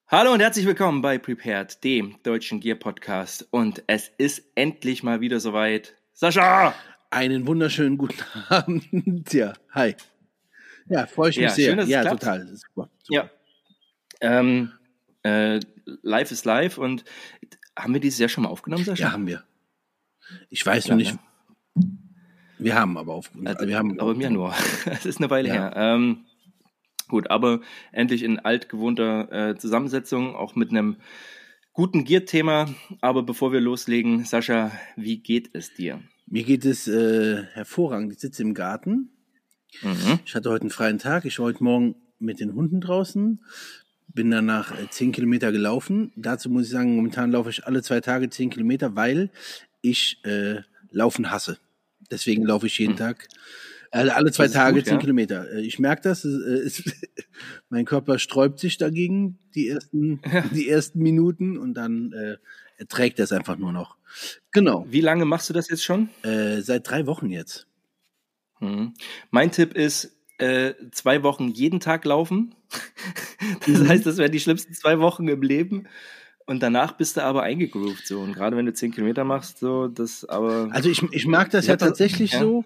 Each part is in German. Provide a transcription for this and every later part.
Hallo und herzlich willkommen bei Prepared, dem deutschen Gear-Podcast. Und es ist endlich mal wieder soweit. Sascha! Einen wunderschönen guten Abend. Ja, hi. Ja, freue ich mich sehr. Schön, dass es klappt. Total. Super. Ja. Live ist live. Und haben wir dieses Jahr schon mal aufgenommen, Sascha? Ja, haben wir. Ich weiß noch nicht. Ne? Wir haben aber aufgenommen. Aber mir nur. Es ist eine Weile her. Gut, aber endlich in altgewohnter Zusammensetzung, auch mit einem guten Gear-Thema. Aber bevor wir loslegen, Sascha, wie geht es dir? Mir geht es hervorragend. Ich sitze im Garten. Mhm. Ich hatte heute einen freien Tag. Ich war heute Morgen mit den Hunden draußen. Bin danach 10 Kilometer gelaufen. Dazu muss ich sagen, momentan laufe ich alle 2 Tage 10 Kilometer, weil ich Laufen hasse. Deswegen laufe ich jeden Tag. Alle 2 Tage gut, 10 Kilometer. Ich merke das. Mein Körper sträubt sich dagegen die ersten Minuten und dann erträgt das einfach nur noch. Genau. Wie lange machst du das jetzt schon? Seit 3 Wochen jetzt. Mein Tipp ist 2 Wochen jeden Tag laufen. Das heißt, das wären die schlimmsten 2 Wochen im Leben. Und danach bist du aber eingegroovt, so. Und gerade wenn du 10 Kilometer machst, so, das aber. Also ich mag das ja tatsächlich so.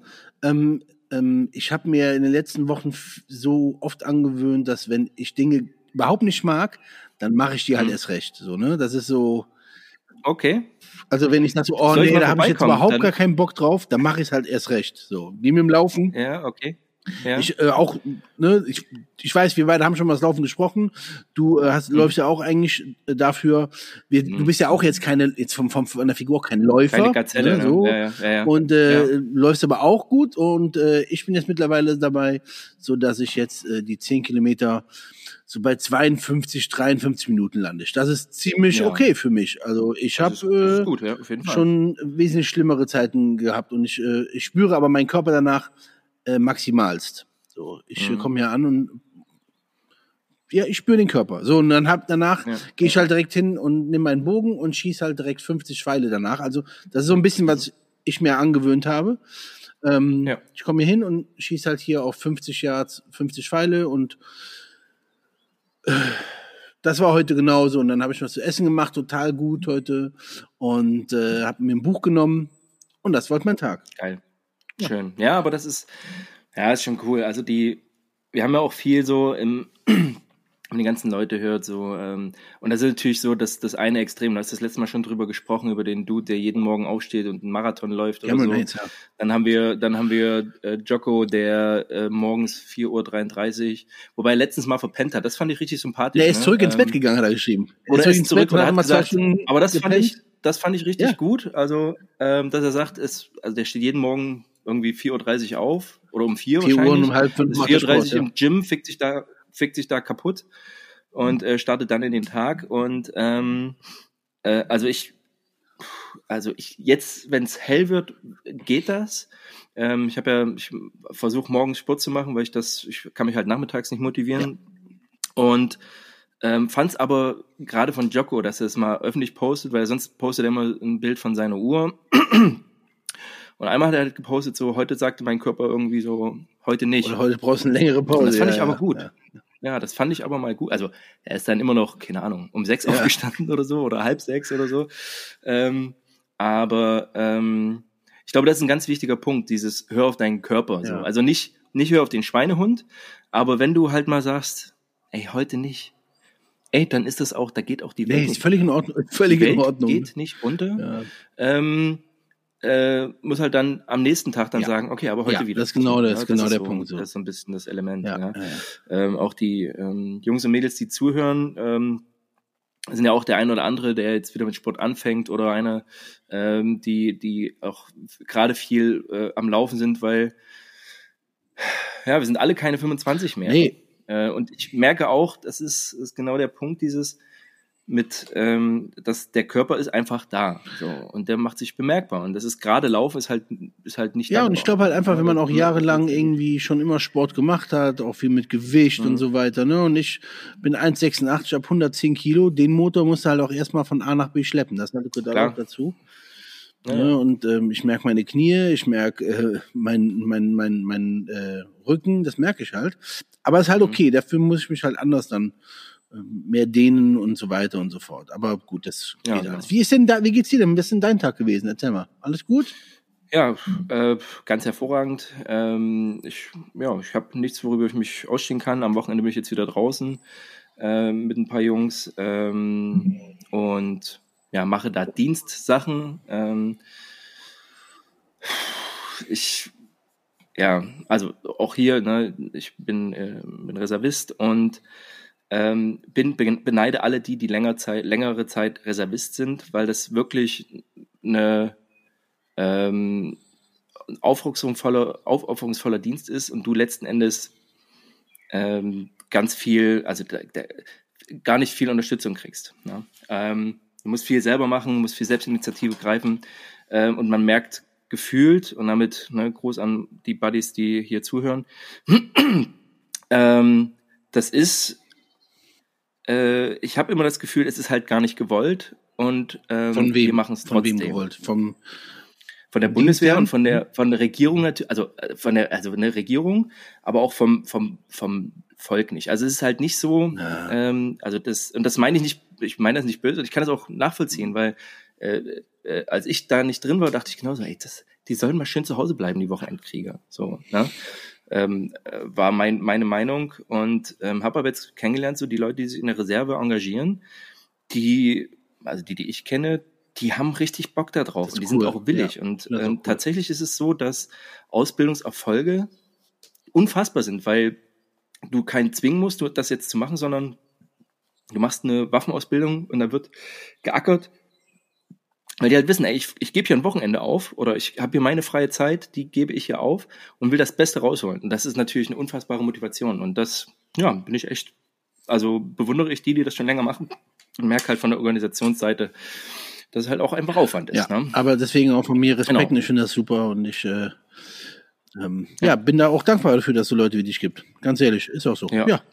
Ich habe mir in den letzten Wochen so oft angewöhnt, dass wenn ich Dinge überhaupt nicht mag, dann mache ich die halt erst recht. So, ne? Das ist so. Okay. Also wenn ich sage so, da habe ich jetzt überhaupt gar keinen Bock drauf, dann mache ich es halt erst recht. So, wie mit dem Laufen. Ja, okay. Ja. Ich weiß, wir beide haben schon mal das Laufen gesprochen. Du läufst ja auch eigentlich dafür. Du bist ja auch jetzt von der Figur kein Läufer. Keine Gazelle, ne? So. Ja. Und läufst aber auch gut. Und ich bin jetzt mittlerweile dabei, so dass ich jetzt die 10 Kilometer so bei 52, 53 Minuten lande. Das ist ziemlich okay für mich. Also ich habe schon wesentlich schlimmere Zeiten gehabt und ich spüre aber meinen Körper danach maximalst. So, ich komme hier an und ich spüre den Körper. So, und danach gehe ich halt direkt hin und nehme meinen Bogen und schieße halt direkt 50 Pfeile danach. Also das ist so ein bisschen, was ich mir angewöhnt habe. Ich komme hier hin und schieße halt hier auf 50 Yards 50 Pfeile und das war heute genauso. Und dann habe ich was zu essen gemacht, total gut heute und habe mir ein Buch genommen und das war mein Tag. Geil. Schön. Ja, aber das ist schon cool. Also wir haben ja auch viel so wenn die ganzen Leute hört, so, und das ist natürlich so, dass das eine Extrem, da hast du das letzte Mal schon drüber gesprochen, über den Dude, der jeden Morgen aufsteht und einen Marathon läuft oder so. Dann haben wir Jocko, der morgens 4:33 Uhr, wobei er letztens mal verpennt hat. Das fand ich richtig sympathisch. Der ist zurück ins Bett gegangen, hat er geschrieben. Oder ist zurück und hat gesagt, aber das fand ich richtig gut. Also, dass er sagt, der steht jeden Morgen irgendwie 4:30 Uhr auf oder um 4 wahrscheinlich. 4 Uhr und um halb 5 ist 4:30 Uhr im Gym, fickt sich da kaputt und startet dann in den Tag. Und also ich jetzt, wenn es hell wird, geht das. Ich versuche morgens Sport zu machen, weil ich kann mich halt nachmittags nicht motivieren. Ja. Und fand es aber gerade von Jocko, dass er es mal öffentlich postet, weil sonst postet er immer ein Bild von seiner Uhr. Und einmal hat er halt gepostet, so, heute sagte mein Körper irgendwie so, heute nicht. Oder heute brauchst du eine längere Pause. Und das fand ich aber gut. Ja, das fand ich aber mal gut. Also, er ist dann immer noch, keine Ahnung, um 6 aufgestanden oder so, oder 5:30 oder so. Ich glaube, das ist ein ganz wichtiger Punkt, dieses Hör auf deinen Körper. So. Also nicht hör auf den Schweinehund, aber wenn du halt mal sagst, ey, heute nicht, dann ist das auch, da geht auch die Welt. Nee, ist völlig in Ordnung. Völlig die Welt in Ordnung. Geht nicht unter. Ja. Muss halt dann am nächsten Tag dann sagen, okay, aber heute wieder. Das ist genau der Punkt. So. Das ist so ein bisschen das Element. Auch die Jungs und Mädels, die zuhören, sind ja auch der ein oder andere, der jetzt wieder mit Sport anfängt oder eine, die auch gerade viel am Laufen sind, weil wir sind alle keine 25 mehr. Nee. Und ich merke auch, das ist genau der Punkt, dieses dass der Körper ist einfach da, so, und der macht sich bemerkbar, und das ist gerade Laufen ist halt nicht da. Ja, und ich glaube halt einfach, wenn man auch jahrelang irgendwie schon immer Sport gemacht hat, auch viel mit Gewicht und so weiter, ne, und ich bin 1,86, ab 110 Kilo, den Motor musst du halt auch erstmal von A nach B schleppen, das gehört auch dazu. Ja. Ja, und ich merke meine Knie, ich merke mein Rücken, das merke ich halt, aber es ist halt okay, dafür muss ich mich halt anders dann mehr dehnen und so weiter und so fort. Aber gut, das geht genau. alles. Wie geht's dir denn? Was ist denn dein Tag gewesen? Erzähl mal. Alles gut? Ja, ganz hervorragend. Ich habe nichts, worüber ich mich ausstehen kann. Am Wochenende bin ich jetzt wieder draußen mit ein paar Jungs und ja, mache da Dienstsachen. Also auch hier, ne, ich bin Reservist und beneide alle die längere Zeit Reservist sind, weil das wirklich eine aufopferungsvoller Dienst ist und du letzten Endes ganz viel, also gar nicht viel Unterstützung kriegst. Ne? Du musst viel selber machen, musst viel Selbstinitiative greifen und man merkt gefühlt, und damit Gruß an die Buddies, die hier zuhören, das ist, ich habe immer das Gefühl, es ist halt gar nicht gewollt und Von wem? wir machen es trotzdem. Von wem gewollt? Von der Bundeswehr und von der Regierung natürlich, also eine Regierung, aber auch vom Volk nicht. Also es ist halt nicht so, das meine ich nicht, ich meine das nicht böse, und ich kann das auch nachvollziehen, weil als ich da nicht drin war, dachte ich genauso, die sollen mal schön zu Hause bleiben, die Wochenendkrieger. So, ne? War meine Meinung und habe aber jetzt kennengelernt, so die Leute, die sich in der Reserve engagieren, die ich kenne, die haben richtig Bock da drauf und die sind auch willig. Ja, und tatsächlich ist es so, dass Ausbildungserfolge unfassbar sind, weil du keinen zwingen musst, das jetzt zu machen, sondern du machst eine Waffenausbildung und da wird geackert, weil die halt wissen, ich gebe hier ein Wochenende auf oder ich habe hier meine freie Zeit, die gebe ich hier auf und will das Beste rausholen. Und das ist natürlich eine unfassbare Motivation. Und das, bin ich echt, also bewundere ich die das schon länger machen und merke halt von der Organisationsseite, dass es halt auch einfach Aufwand ist. Ja, aber deswegen auch von mir Respekt. Genau. Ich finde das super und ich bin da auch dankbar dafür, dass es so Leute wie dich gibt. Ganz ehrlich, ist auch so. Ja.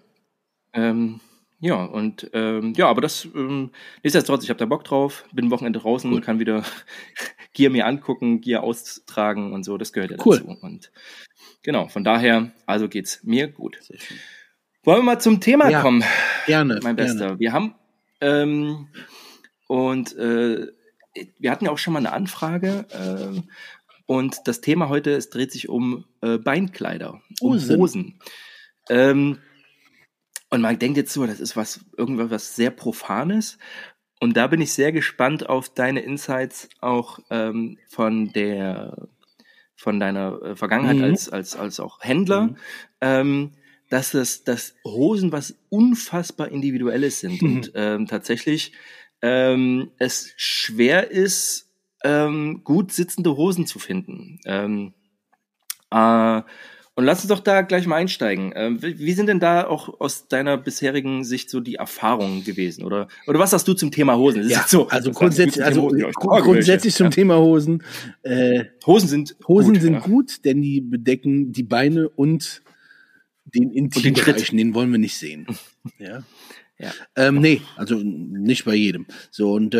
Aber das nichtsdestotrotz, ich habe da Bock drauf, bin am Wochenende draußen, kann wieder Gear mir angucken, Gear austragen und so, das gehört ja dazu. Und genau, von daher, also geht's mir gut. Sehr schön. Wollen wir mal zum Thema kommen? Gerne. Mein Bester. Gerne. Wir haben wir hatten ja auch schon mal eine Anfrage und das Thema heute, es dreht sich um Beinkleider, um Hosen. Und man denkt jetzt so, das ist was sehr Profanes. Und da bin ich sehr gespannt auf deine Insights auch von deiner Vergangenheit als auch Händler, dass Hosen was unfassbar Individuelles sind und tatsächlich es schwer ist, gut sitzende Hosen zu finden. Und lass uns doch da gleich mal einsteigen. Wie sind denn da auch aus deiner bisherigen Sicht so die Erfahrungen gewesen? Oder was sagst du zum Thema Hosen? Ja, so, also grundsätzlich zum Thema Hosen. Hosen sind gut, denn die bedecken die Beine und den Intimbereich, den wollen wir nicht sehen. Ja. Nee, also nicht bei jedem. So, und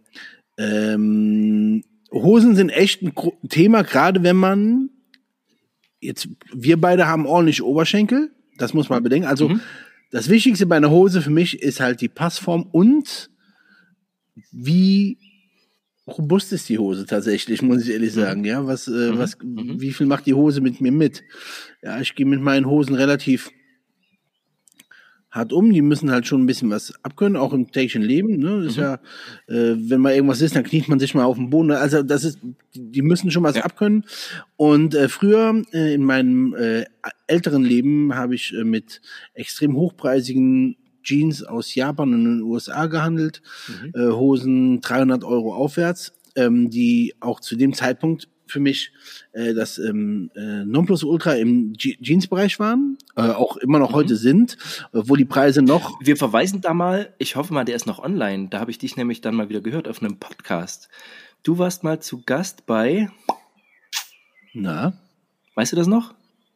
Hosen sind echt ein Thema, gerade wenn man wir beide haben ordentlich Oberschenkel, das muss man bedenken. Also das Wichtigste bei einer Hose für mich ist halt die Passform und wie robust ist die Hose tatsächlich, muss ich ehrlich sagen. Ja, wie viel macht die Hose mit mir mit? Ja, ich gehe mit meinen Hosen relativ hart um, die müssen halt schon ein bisschen was abkönnen, auch im täglichen Leben, ne? Das ist ja, wenn mal irgendwas ist, dann kniet man sich mal auf den Boden. Also die müssen schon was abkönnen. Und früher in meinem älteren Leben habe ich mit extrem hochpreisigen Jeans aus Japan und den USA gehandelt, Hosen 300 € aufwärts, die auch zu dem Zeitpunkt für mich das Nonplusultra im Jeans-Bereich waren, auch immer noch heute sind, wo die Preise noch... Wir verweisen da mal, ich hoffe mal, der ist noch online, da habe ich dich nämlich dann mal wieder gehört auf einem Podcast. Du warst mal zu Gast bei... Na? Weißt du das noch?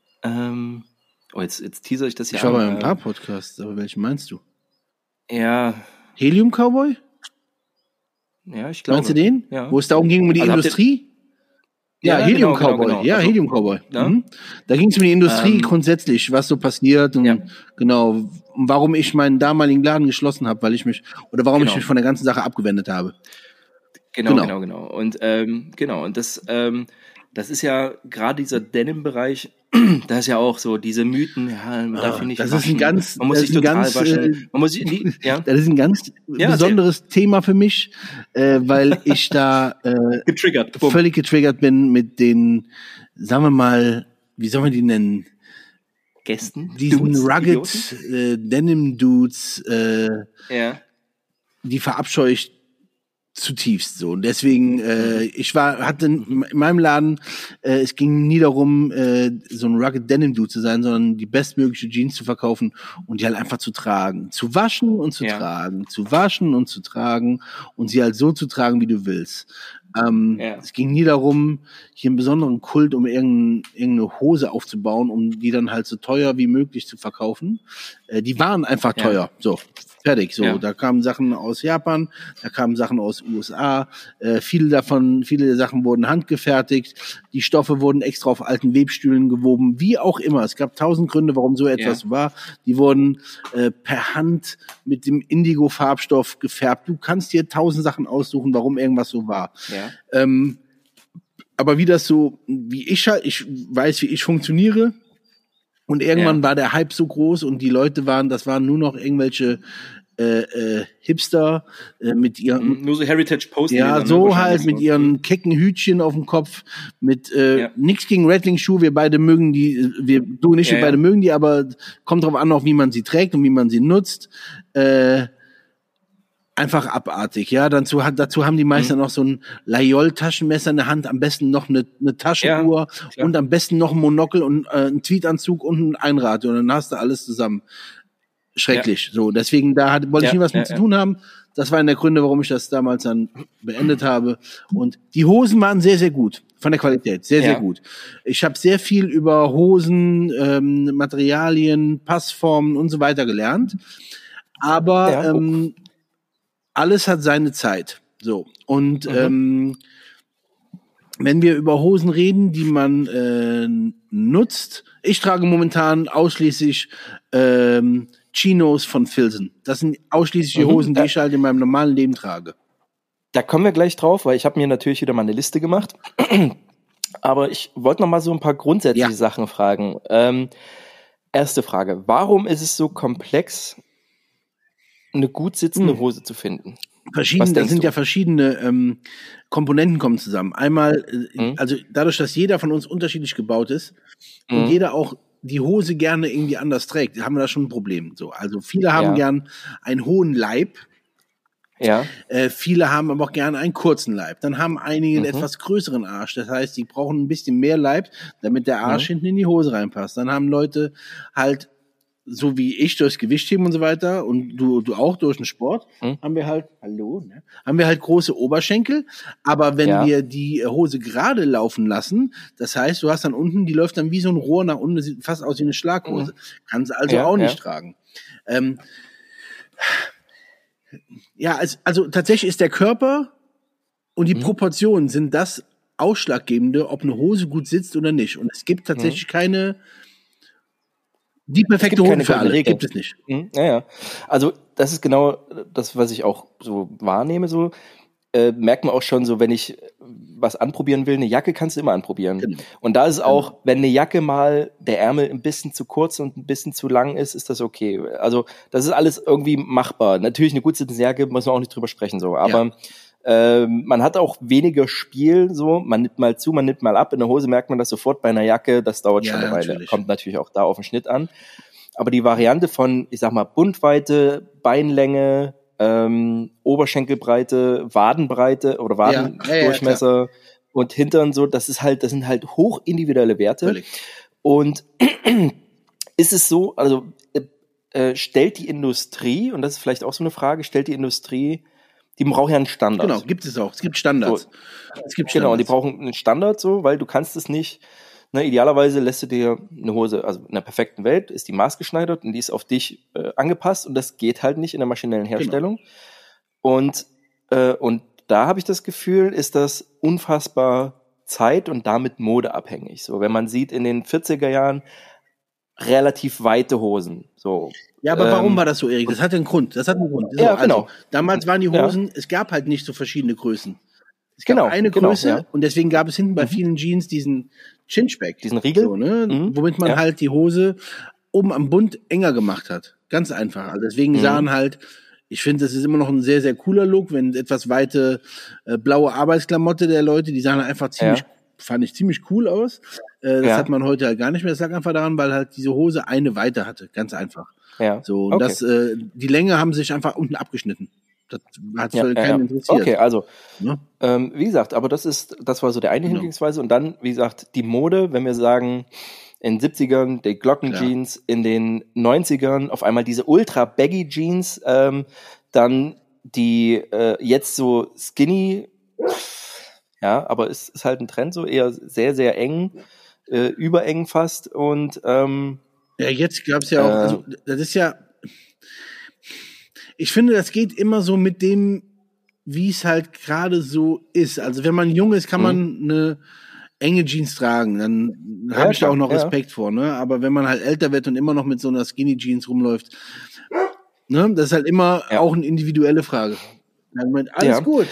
Jetzt teaser ich das hier an. Ich war bei ein paar Podcasts, aber welchen meinst du? Ja. Helium Cowboy? Ja, ich glaube. Meinst du den? Ja. Wo es darum ging, um die Industrie? Ja, Helium Cowboy. Genau. Ja, Also, Helium Cowboy. ja? Mhm. Da ging es um die Industrie grundsätzlich, was so passiert und genau, warum ich meinen damaligen Laden geschlossen habe, warum ich mich von der ganzen Sache abgewendet habe. Genau. Und und das ist ja gerade dieser Denim-Bereich, da ist ja auch so diese Mythen, ja, man darf ihn nicht waschen, man muss sich total waschen, man muss sich Das ist ein ganz besonderes Thema für mich, weil ich da völlig getriggert bin mit den, sagen wir mal, wie soll man die nennen? Gästen? Diesen Rugged Denim-Dudes, die verabscheue ich zutiefst so. Und deswegen, hatte in meinem Laden, es ging nie darum, so ein Rugged Denim Dude zu sein, sondern die bestmögliche Jeans zu verkaufen und die halt einfach zu tragen. Zu waschen und zu tragen. Zu waschen und zu tragen und sie halt so zu tragen, wie du willst. Es ging nie darum, hier einen besonderen Kult um irgendeine Hose aufzubauen, um die dann halt so teuer wie möglich zu verkaufen. Die waren einfach teuer. So. Fertig, so. Da kamen Sachen aus Japan, da kamen Sachen aus USA, viele der Sachen wurden handgefertigt, die Stoffe wurden extra auf alten Webstühlen gewoben, wie auch immer. Es gab 1000 Gründe, warum so etwas war. Die wurden per Hand mit dem Indigo-Farbstoff gefärbt. Du kannst dir 1000 Sachen aussuchen, warum irgendwas so war. Aber wie ich weiß, wie ich funktioniere. Und irgendwann war der Hype so groß und die Leute das waren nur noch irgendwelche Hipster mit ihren nur so Heritage Post. Ja, so halt mit ihren kecken Hütchen auf dem Kopf, mit nichts gegen Rattling-Schuhe, wir beide mögen die, wir beide mögen die, aber kommt drauf an, auch wie man sie trägt und wie man sie nutzt. Einfach abartig, ja. Dazu haben die meisten noch so ein Layol-Taschenmesser in der Hand, am besten noch eine Taschenuhr und am besten noch ein Monokel und ein Tweetanzug und ein Einrad und dann hast du alles zusammen. Schrecklich. So, deswegen wollte ich nie was mit zu tun haben. Das war einer der Gründe, warum ich das damals dann beendet habe. Und die Hosen waren sehr, sehr gut. Von der Qualität. Sehr, sehr gut. Ich habe sehr viel über Hosen, Materialien, Passformen und so weiter gelernt. Aber alles hat seine Zeit. So. Und wenn wir über Hosen reden, die man nutzt, ich trage momentan ausschließlich Chinos von Filzen. Das sind ausschließlich die Hosen, die ich halt in meinem normalen Leben trage. Da kommen wir gleich drauf, weil ich habe mir natürlich wieder mal eine Liste gemacht. Aber ich wollte noch mal so ein paar grundsätzliche Sachen fragen. Erste Frage. Warum ist es so komplex, eine gut sitzende Hose zu finden? Verschiedene Komponenten kommen zusammen. Einmal, also dadurch, dass jeder von uns unterschiedlich gebaut ist und jeder auch die Hose gerne irgendwie anders trägt, haben wir da schon ein Problem. So, also viele haben gern einen hohen Leib. Viele haben aber auch gerne einen kurzen Leib. Dann haben einige einen etwas größeren Arsch. Das heißt, die brauchen ein bisschen mehr Leib, damit der Arsch hinten in die Hose reinpasst. Dann haben Leute halt, so wie ich durchs Gewichtheben und so weiter und du auch durch den Sport, haben wir halt, haben wir halt große Oberschenkel. Aber wenn wir die Hose gerade laufen lassen, das heißt, du hast dann unten, die läuft dann wie so ein Rohr nach unten, sieht fast aus wie eine Schlaghose. Kannst also auch nicht tragen. Also tatsächlich ist der Körper und die Proportionen sind das Ausschlaggebende, ob eine Hose gut sitzt oder nicht. Und es gibt tatsächlich die perfekte Hose für alle, gibt es nicht. Also das ist genau das, was ich auch so wahrnehme. So merkt man auch schon so, wenn ich was anprobieren will, eine Jacke kannst du immer anprobieren. Genau. Und da ist es auch, wenn eine Jacke mal der Ärmel ein bisschen zu kurz und ein bisschen zu lang ist das okay. Also das ist alles irgendwie machbar. Natürlich eine gut sitzende Jacke, muss man auch nicht drüber sprechen, so. Aber man hat auch weniger Spiel, so, man nimmt mal zu, man nimmt mal ab. In der Hose merkt man das sofort, bei einer Jacke, das dauert schon eine Weile. Natürlich. Kommt natürlich auch da auf den Schnitt an. Aber die Variante von, ich sag mal, Bundweite, Beinlänge, Oberschenkelbreite, Wadenbreite oder Wadendurchmesser und Hintern, so, das sind halt hoch individuelle Werte. Völlig. Und ist es so, also stellt die Industrie, und das ist vielleicht auch so eine Frage, die brauchen ja einen Standard. Genau, gibt es auch. Es gibt Standards. So. Genau, die brauchen einen Standard so, weil du kannst es nicht, idealerweise lässt du dir eine Hose, also in der perfekten Welt ist die maßgeschneidert und die ist auf dich angepasst und das geht halt nicht in der maschinellen Herstellung. Genau. Und da habe ich das Gefühl, ist das unfassbar zeit- und damit modeabhängig. So, wenn man sieht, in den 40er Jahren relativ weite Hosen. So. Ja, aber warum war das so, Erik? Das hat einen Grund. Das hat einen Grund. So, Ja, genau. Also, damals waren die Hosen, es gab halt nicht so verschiedene Größen. Es gab Genau, eine genau, Größe ja. und deswegen gab es hinten bei vielen Jeans diesen Chinchback. Diesen Riegel? So, ne? Womit man halt die Hose oben am Bund enger gemacht hat. Ganz einfach. Also deswegen sahen halt, ich finde, das ist immer noch ein sehr, sehr cooler Look, wenn etwas weite blaue Arbeitsklamotte der Leute, die sahen einfach fand ich ziemlich cool aus. Das hat man heute halt gar nicht mehr. Das lag einfach daran, weil halt diese Hose eine Weite hatte. Ganz einfach. Ja. So, und die Länge haben sich einfach unten abgeschnitten. Das hat keinen interessiert. Okay, also, ne? Wie gesagt, aber das war so der eine Hingangsweise. Und dann, wie gesagt, die Mode, wenn wir sagen, in den 70ern die Glockenjeans, in den 90ern auf einmal diese ultra-baggy-Jeans, dann die jetzt so skinny, ja, aber es ist halt ein Trend, so eher sehr, sehr eng, übereng fast. Und ja, jetzt gab's ja auch, also das ist ja, ich finde, das geht immer so mit dem, wie es halt gerade so ist. Also wenn man jung ist, kann man eine enge Jeans tragen, dann habe ich da auch noch Respekt vor, ne? Aber wenn man halt älter wird und immer noch mit so einer Skinny Jeans rumläuft, ne, das ist halt immer auch eine individuelle Frage. Dann meint, alles gut.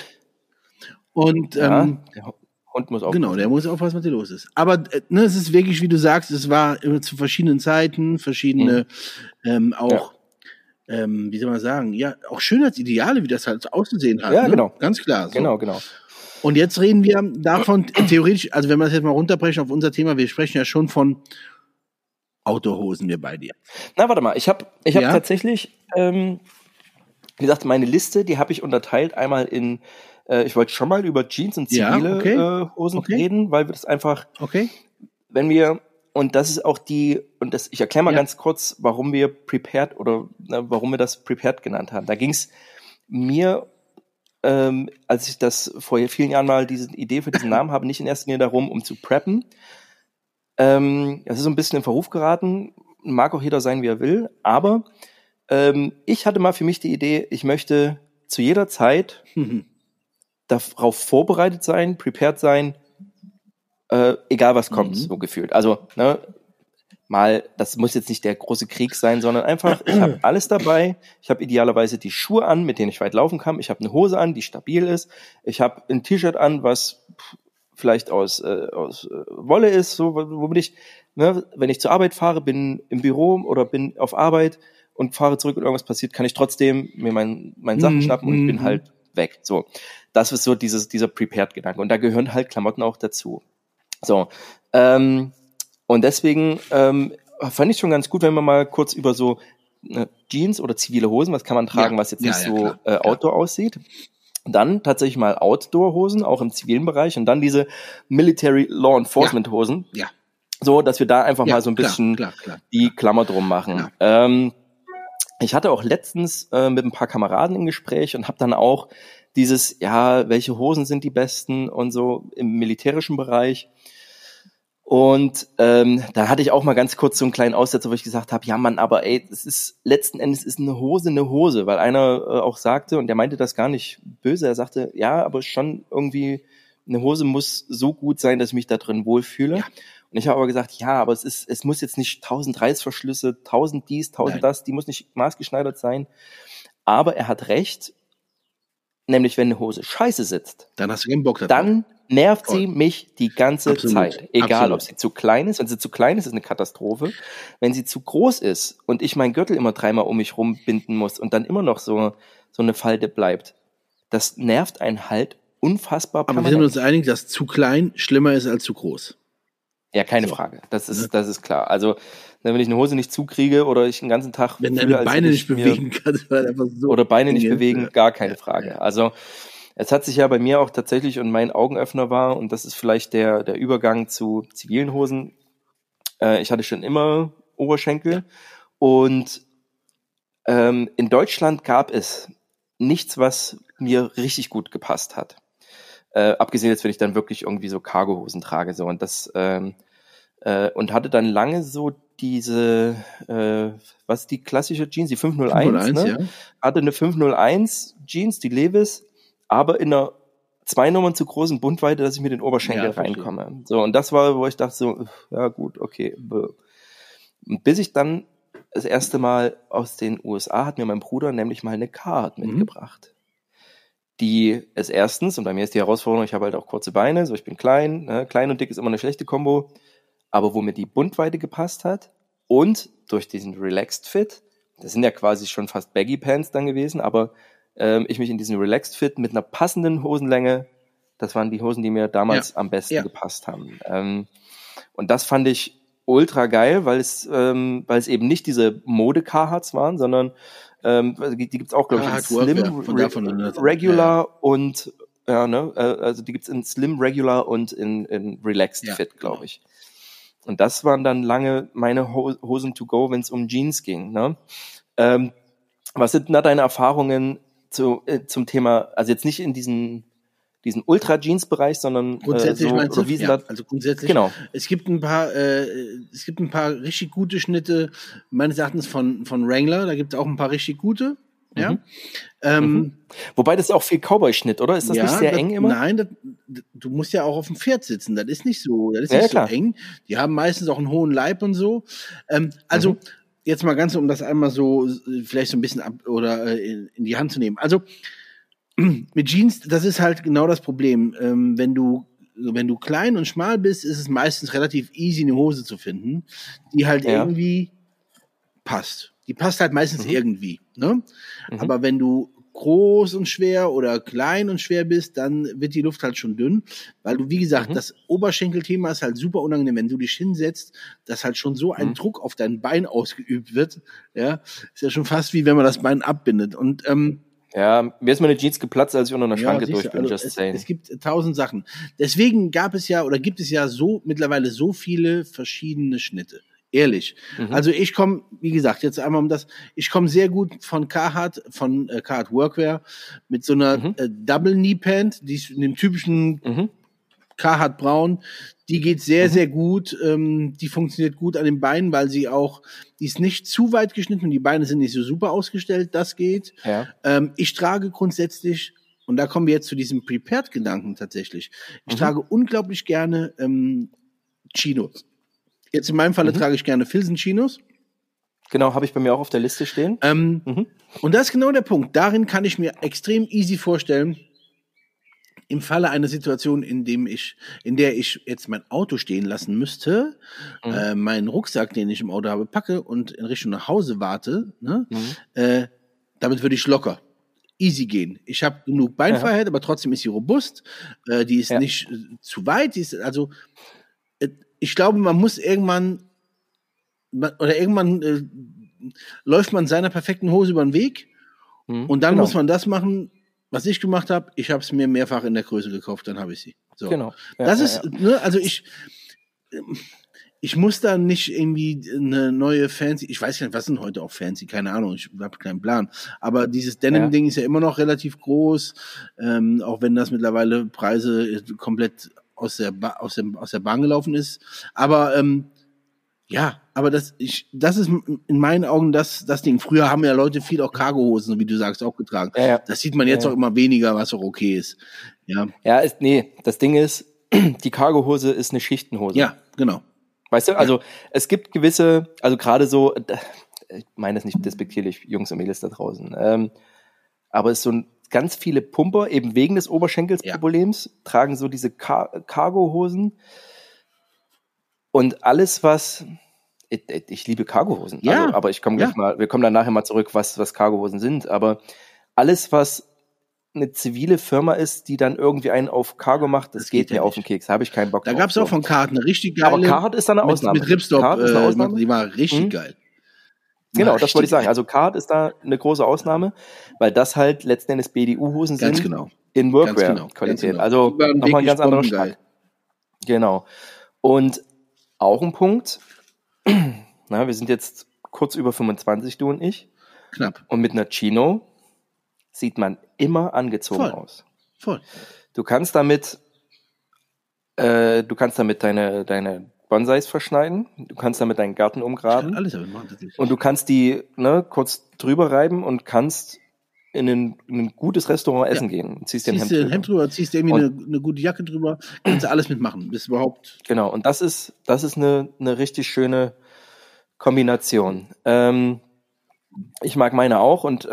Und der Hund muss aufpassen. Genau, der muss aufpassen, was hier los ist. Aber ne, es ist wirklich, wie du sagst, es war immer zu verschiedenen Zeiten, verschiedene auch wie soll man sagen, ja, auch Schönheitsideale, wie das halt auszusehen hat. Ja, ne? genau. Ganz klar. So. Genau. Und jetzt reden wir davon, theoretisch, also wenn wir das jetzt mal runterbrechen auf unser Thema, wir sprechen ja schon von Outdoor-Hosen, wir bei dir. Na, warte mal, ich hab tatsächlich, wie gesagt, meine Liste, die habe ich unterteilt einmal in, ich wollte schon mal über Jeans und zivile Hosen reden, weil wir das einfach, wenn wir, und das ist auch ich erkläre mal ganz kurz, warum wir Prepared warum wir das Prepared genannt haben. Da ging es mir, als ich das vor vielen Jahren mal diese Idee für diesen Namen habe, nicht in erster Linie darum, um zu preppen. Es ist so ein bisschen in Verruf geraten, mag auch jeder sein, wie er will, aber ich hatte mal für mich die Idee, ich möchte zu jeder Zeit darauf vorbereitet sein, prepared sein, egal was kommt, so gefühlt. Also, ne, mal, das muss jetzt nicht der große Krieg sein, sondern einfach, ich habe alles dabei. Ich habe idealerweise die Schuhe an, mit denen ich weit laufen kann. Ich habe eine Hose an, die stabil ist. Ich habe ein T-Shirt an, was vielleicht aus Wolle ist, so, womit ich, ne, wenn ich zur Arbeit fahre, bin im Büro oder bin auf Arbeit und fahre zurück und irgendwas passiert, kann ich trotzdem mir meinen Sachen schnappen und bin halt weg. So, das ist so dieser Prepared-Gedanke. Und da gehören halt Klamotten auch dazu. So, und deswegen fand ich schon ganz gut, wenn man mal kurz über so Jeans oder zivile Hosen, was kann man tragen, was jetzt nicht so Outdoor aussieht. Dann tatsächlich mal Outdoor-Hosen, auch im zivilen Bereich, und dann diese Military Law Enforcement-Hosen. Ja. So, dass wir da einfach mal so ein bisschen die Klammer drum machen. Ich hatte auch letztens mit ein paar Kameraden im Gespräch und habe dann auch dieses, welche Hosen sind die besten und so im militärischen Bereich. Und da hatte ich auch mal ganz kurz so einen kleinen Aussetzer, wo ich gesagt habe, ja Mann, aber ey, es ist letzten Endes ist eine Hose, weil einer auch sagte, und der meinte das gar nicht böse, er sagte, ja, aber schon irgendwie, eine Hose muss so gut sein, dass ich mich da drin wohlfühle. Ja. Und ich habe aber gesagt, ja, aber es muss jetzt nicht 1000 Reißverschlüsse, 1000 dies, 1000 das, die muss nicht maßgeschneidert sein. Aber er hat recht, nämlich wenn eine Hose scheiße sitzt, dann hast du keinen Bock darauf. Dann nervt sie mich die ganze Zeit. Egal, ob sie zu klein ist. Wenn sie zu klein ist, ist eine Katastrophe. Wenn sie zu groß ist und ich meinen Gürtel immer dreimal um mich rumbinden muss und dann immer noch so eine Falte bleibt, das nervt einen halt unfassbar permanent. Aber wir sind uns einig, dass zu klein schlimmer ist als zu groß. Ja, keine Frage. Das ist klar. Also, wenn ich eine Hose nicht zukriege oder ich den ganzen Tag wenn deine Beine nicht bewegen kannst, weil einfach so oder Beine nicht bewegen, gar keine Frage. Also, es hat sich ja bei mir auch tatsächlich und mein Augenöffner war, und das ist vielleicht der Übergang zu zivilen Hosen. Ich hatte schon immer Oberschenkel und in Deutschland gab es nichts, was mir richtig gut gepasst hat. Abgesehen jetzt, wenn ich dann wirklich irgendwie so Cargohosen trage, so, und das und hatte dann lange so diese, was ist die klassische Jeans, die 501, 501 ne? Ja. Hatte eine 501 Jeans, die Levi's, aber in einer 2 Nummern zu groß in Bundweite, dass ich mit den Oberschenkel reinkomme. So, und das war, wo ich dachte so, ja gut, okay. Und bis ich dann das erste Mal aus den USA hat mir mein Bruder nämlich mal eine Carhartt mitgebracht. Die ist erstens, und bei mir ist die Herausforderung, ich habe halt auch kurze Beine, so ich bin klein, ne? Klein und dick ist immer eine schlechte Kombo, aber wo mir die Bundweite gepasst hat und durch diesen Relaxed Fit, das sind ja quasi schon fast Baggy Pants dann gewesen, aber ich mich in diesen Relaxed Fit mit einer passenden Hosenlänge, das waren die Hosen, die mir damals am besten gepasst haben. Und das fand ich ultra geil, weil es eben nicht diese Mode-Carhartts waren, sondern die gibt's auch, glaube ich, in Slim, Regular und also die gibt's in Slim, Regular und in Relaxed Fit, glaube ich. Und das waren dann lange meine Hosen to go, wenn es um Jeans ging. Ne? Was sind da deine Erfahrungen zum Thema, also jetzt nicht in diesen Ultra-Jeans-Bereich, sondern grundsätzlich meinst du? Also grundsätzlich. Genau. Es gibt ein paar richtig gute Schnitte, meines Erachtens von Wrangler, da gibt es auch ein paar richtig gute. Ja. Wobei das ist auch viel Cowboy-Schnitt, oder? Ist das nicht sehr eng immer? Nein, du musst ja auch auf dem Pferd sitzen. Das ist nicht so eng. Die haben meistens auch einen hohen Leib und so. Also jetzt mal ganz, um das einmal so vielleicht so ein bisschen in die Hand zu nehmen. Also mit Jeans, das ist halt genau das Problem. Wenn du klein und schmal bist, ist es meistens relativ easy, eine Hose zu finden, die halt irgendwie passt. Die passt halt meistens irgendwie. Ne? Aber wenn du groß und schwer oder klein und schwer bist, dann wird die Luft halt schon dünn, weil du, wie gesagt, das Oberschenkelthema ist halt super unangenehm, wenn du dich hinsetzt, dass halt schon so ein Druck auf dein Bein ausgeübt wird, ja, ist ja schon fast wie wenn man das Bein abbindet und mir ist meine Jeans geplatzt, als ich unter einer Schranke durch bin, just saying. Es gibt 1000 Sachen. Deswegen gibt es ja mittlerweile so viele verschiedene Schnitte. Ehrlich. Also ich komme, wie gesagt, jetzt einmal ich komme sehr gut von Carhartt Workwear mit so einer Double Knee Pant, die ist in dem typischen Carhartt Braun. Die geht sehr, sehr gut. Die funktioniert gut an den Beinen, weil die ist nicht zu weit geschnitten und die Beine sind nicht so super ausgestellt. Das geht. Ja. Ich trage grundsätzlich, und da kommen wir jetzt zu diesem Prepared-Gedanken tatsächlich. Ich trage unglaublich gerne Chinos. Jetzt in meinem Falle trage ich gerne Filzen-Chinos. Genau, habe ich bei mir auch auf der Liste stehen. Und das ist genau der Punkt. Darin kann ich mir extrem easy vorstellen, im Falle einer Situation, in der ich jetzt mein Auto stehen lassen müsste, meinen Rucksack, den ich im Auto habe, packe und in Richtung nach Hause warte, ne? Damit würde ich locker easy gehen. Ich habe genug Beinfreiheit, aber trotzdem ist sie robust. Die ist nicht zu weit. Ich glaube, man muss irgendwann läuft man seiner perfekten Hose über den Weg und dann muss man das machen, was ich gemacht habe. Ich habe es mir mehrfach in der Größe gekauft, dann habe ich sie. So. Genau. Das ist, ne, also ich muss da nicht irgendwie eine neue fancy, ich weiß gar nicht, was sind heute auch fancy, keine Ahnung, ich habe keinen Plan. Aber dieses Denim-Ding ist ja immer noch relativ groß, auch wenn das mittlerweile Preise komplett aus der Bahn gelaufen ist. Aber aber das ist in meinen Augen das Ding. Früher haben ja Leute viel auch Cargohosen, wie du sagst, auch getragen. Ja. Das sieht man jetzt auch immer weniger, was auch okay ist. Ja, das Ding ist, die Cargohose ist eine Schichtenhose. Ja, genau. Weißt du, also es gibt gewisse, also gerade so, ich meine das nicht despektierlich, Jungs und Mädels da draußen, aber es ist so ganz viele Pumper, eben wegen des Oberschenkelsproblems, tragen so diese Cargohosen und alles, was, ich liebe Cargohosen, also, aber ich komme gleich mal, wir kommen dann nachher mal zurück, was Cargohosen sind, aber alles, was eine zivile Firma ist, die dann irgendwie einen auf Cargo macht, das geht mir auf den Keks, habe ich keinen Bock drauf. Da gab's auch von Carhartt eine richtig geile. Aber Carhartt ist da eine Ausnahme. Mit Ripstop, die war richtig geil. Genau, das wollte ich sagen. Also Carhartt ist da eine große Ausnahme, weil das halt letzten Endes BDU-Hosen sind in Workwear-Qualität. Also nochmal ein ganz anderer Schlag. Genau. Und auch ein Punkt, wir sind jetzt kurz über 25, du und ich. Knapp. Und mit einer Chino sieht man immer angezogen aus. Voll. Du kannst damit deine Bonsais verschneiden, du kannst damit deinen Garten umgraben. Alles damit machen, und du kannst die kurz drüber reiben und kannst in ein gutes Restaurant essen gehen. Und ziehst dir ein Hemd drüber, ziehst dir irgendwie eine gute Jacke drüber, kannst du alles mitmachen. Bis überhaupt. Genau, und das ist eine richtig schöne Kombination. Ich mag meine auch und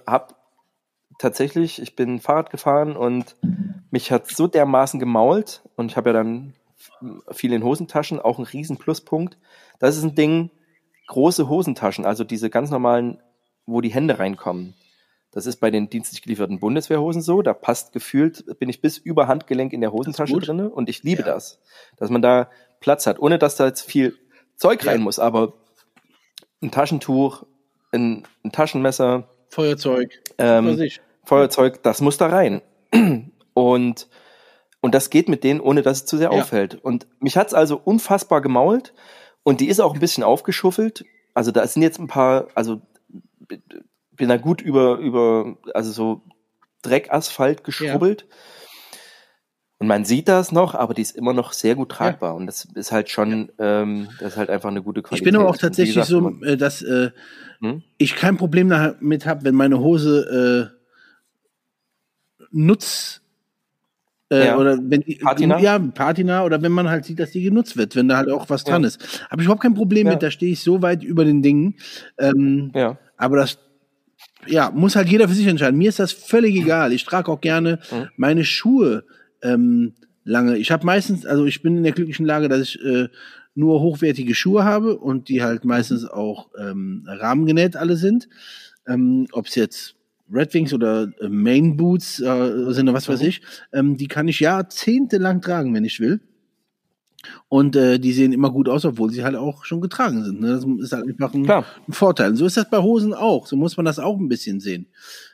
ich bin Fahrrad gefahren und mich hat so dermaßen gemault und ich habe ja dann viel in Hosentaschen, auch ein riesen Pluspunkt. Das ist ein Ding, große Hosentaschen, also diese ganz normalen, wo die Hände reinkommen. Das ist bei den dienstlich gelieferten Bundeswehrhosen so, da passt gefühlt, bin ich bis über Handgelenk in der Hosentasche drin und ich liebe das, dass man da Platz hat, ohne dass da jetzt viel Zeug rein muss, aber ein Taschentuch, ein Taschenmesser, Feuerzeug, Feuerzeug, das muss da rein. Und das geht mit denen, ohne dass es zu sehr auffällt. Und mich hat's also unfassbar gemault und die ist auch ein bisschen aufgeschuffelt. Also da sind jetzt ein paar, also bin da gut über also so Dreckasphalt geschrubbelt. Ja. Und man sieht das noch, aber die ist immer noch sehr gut tragbar. Ja. Und das ist halt schon, das ist halt einfach eine gute Qualität. Ich bin aber auch tatsächlich gesagt, so, dass ich kein Problem damit habe, wenn meine Hose oder wenn die Patina oder wenn man halt sieht, dass die genutzt wird, wenn da halt auch was dran ist. Habe ich überhaupt kein Problem mit, da stehe ich so weit über den Dingen. Aber das muss halt jeder für sich entscheiden. Mir ist das völlig egal. Ich trage auch gerne meine Schuhe lange. Ich habe meistens, also ich bin in der glücklichen Lage, dass ich nur hochwertige Schuhe habe und die halt meistens auch rahmengenäht alle sind. Ob es jetzt Red Wings oder Main Boots sind oder was weiß ich, die kann ich jahrzehntelang tragen, wenn ich will. Und die sehen immer gut aus, obwohl sie halt auch schon getragen sind. Ne? Das ist halt einfach ein Vorteil. So ist das bei Hosen auch. So muss man das auch ein bisschen sehen.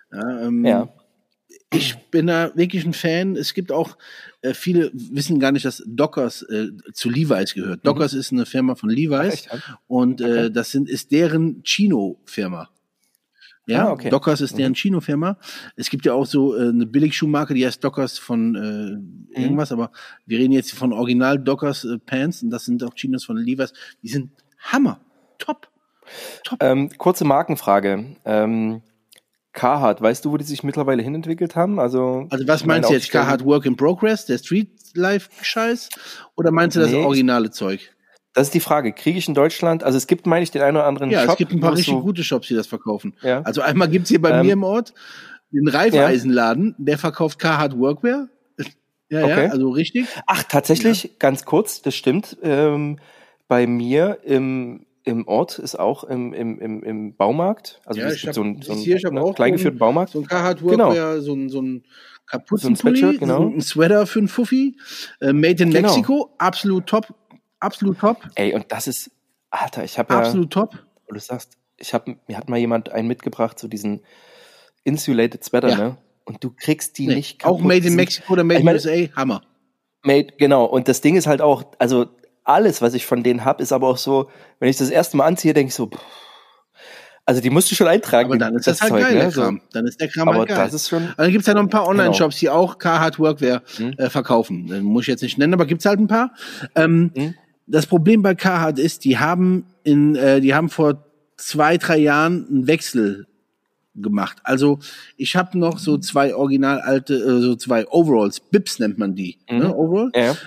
Ich bin da wirklich ein Fan. Es gibt auch, viele wissen gar nicht, dass Dockers zu Levi's gehört. Dockers ist eine Firma von Levi's und das ist deren Chino-Firma. Ja, Dockers ist deren Chino-Firma. Es gibt ja auch so eine Billigschuhmarke, die heißt Dockers von irgendwas, aber wir reden jetzt von Original Dockers Pants und das sind auch Chinos von Levi's. Die sind Hammer. Top. Kurze Markenfrage. Carhartt, weißt du, wo die sich mittlerweile hinentwickelt haben? Also was meinst du jetzt? Carhartt Work in Progress, der Street Life Scheiß? Oder meinst du das originale Zeug? Das ist die Frage. Kriege ich in Deutschland, also es gibt, meine ich, den einen oder anderen Shop. Ja, es gibt ein paar richtig gute Shops, die das verkaufen. Ja. Also einmal gibt's hier bei mir im Ort den Reifeisenladen, der verkauft Carhartt Workwear. Ja, also richtig. Ach, tatsächlich, ganz kurz, das stimmt. Bei mir im Ort ist auch im Baumarkt, also es gibt so einen kleingeführten Baumarkt. So ein Carhartt Workwear, so ein Kapuzenpulli, so ein Sweater für einen Fuffi, made in Mexico, absolut top. Absolut top. Ey, und das ist, Alter, ich habe absolut top. Und du sagst, mir hat mal jemand einen mitgebracht, so diesen Insulated Sweater, ne? Und du kriegst die nicht kaputt. Auch made in Mexico oder made in USA, Hammer. Genau. Und das Ding ist halt auch, also alles, was ich von denen hab, ist aber auch so, wenn ich das erste Mal anziehe, denke ich so, also die musst du schon eintragen. Aber dann ist das halt Zeug, geil, der Kram. Dann ist der Kram halt geil. Das ist schon. Und dann gibt's ja noch ein paar Online-Shops, die auch Carhartt Workwear verkaufen. Den muss ich jetzt nicht nennen, aber gibt's halt ein paar. Das Problem bei Carhartt ist, die haben vor 2-3 Jahren einen Wechsel gemacht. Also ich habe noch so 2 original alte, so 2 Overalls, Bips nennt man die, ne? Overall. Ja.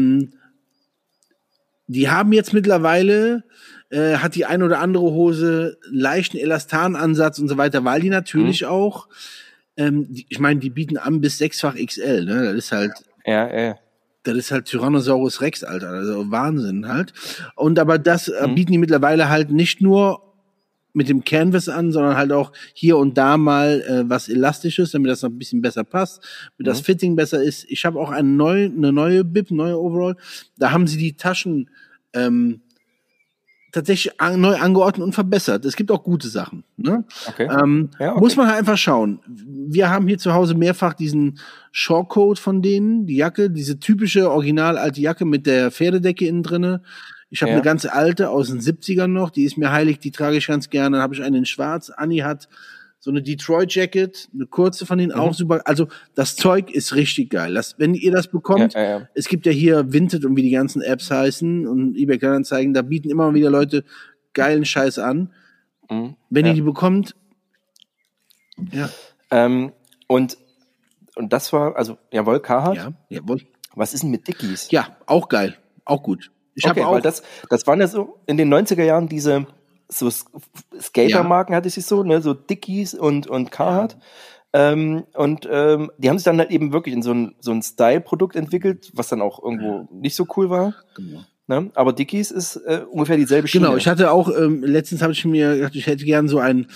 Die haben jetzt mittlerweile, hat die ein oder andere Hose einen leichten Elastanansatz und so weiter, weil die natürlich auch, ich meine, die bieten an bis 6-fach XL, ne? Das ist halt. Das ist halt Tyrannosaurus Rex, Alter. Also Wahnsinn halt. Und aber das bieten die mittlerweile halt nicht nur mit dem Canvas an, sondern halt auch hier und da mal was Elastisches, damit das noch ein bisschen besser passt, damit das Fitting besser ist. Ich habe auch eine neue Bib, neue Overall. Da haben sie die Taschen tatsächlich neu angeordnet und verbessert. Es gibt auch gute Sachen. Ne? Okay. Muss man halt einfach schauen. Wir haben hier zu Hause mehrfach diesen Shortcoat von denen, die Jacke, diese typische original alte Jacke mit der Pferdedecke innen drinne. Ich habe eine ganz alte aus den 70ern noch, die ist mir heilig, die trage ich ganz gerne. Dann habe ich eine in schwarz. Anni hat so eine Detroit Jacket, eine kurze von denen, auch super. Also das Zeug ist richtig geil. Wenn ihr das bekommt, es gibt ja hier Vinted und wie die ganzen Apps heißen und eBay Kleinanzeigen, da bieten immer wieder Leute geilen Scheiß an. Wenn ihr die bekommt, Und das war, also, jawohl, Carhartt. Ja, jawohl. Was ist denn mit Dickies? Ja, auch geil. Auch gut. Ich habe auch. Weil das waren ja so in den 90er Jahren diese so Skatermarken, hatte ich so, ne, so Dickies und Carhartt. Die haben sich dann halt eben wirklich in so ein Style-Produkt entwickelt, was dann auch irgendwo nicht so cool war. Genau. Ne? Aber Dickies ist ungefähr dieselbe Schiene. Genau, ich hatte auch, letztens habe ich mir gedacht, ich hätte gern so ein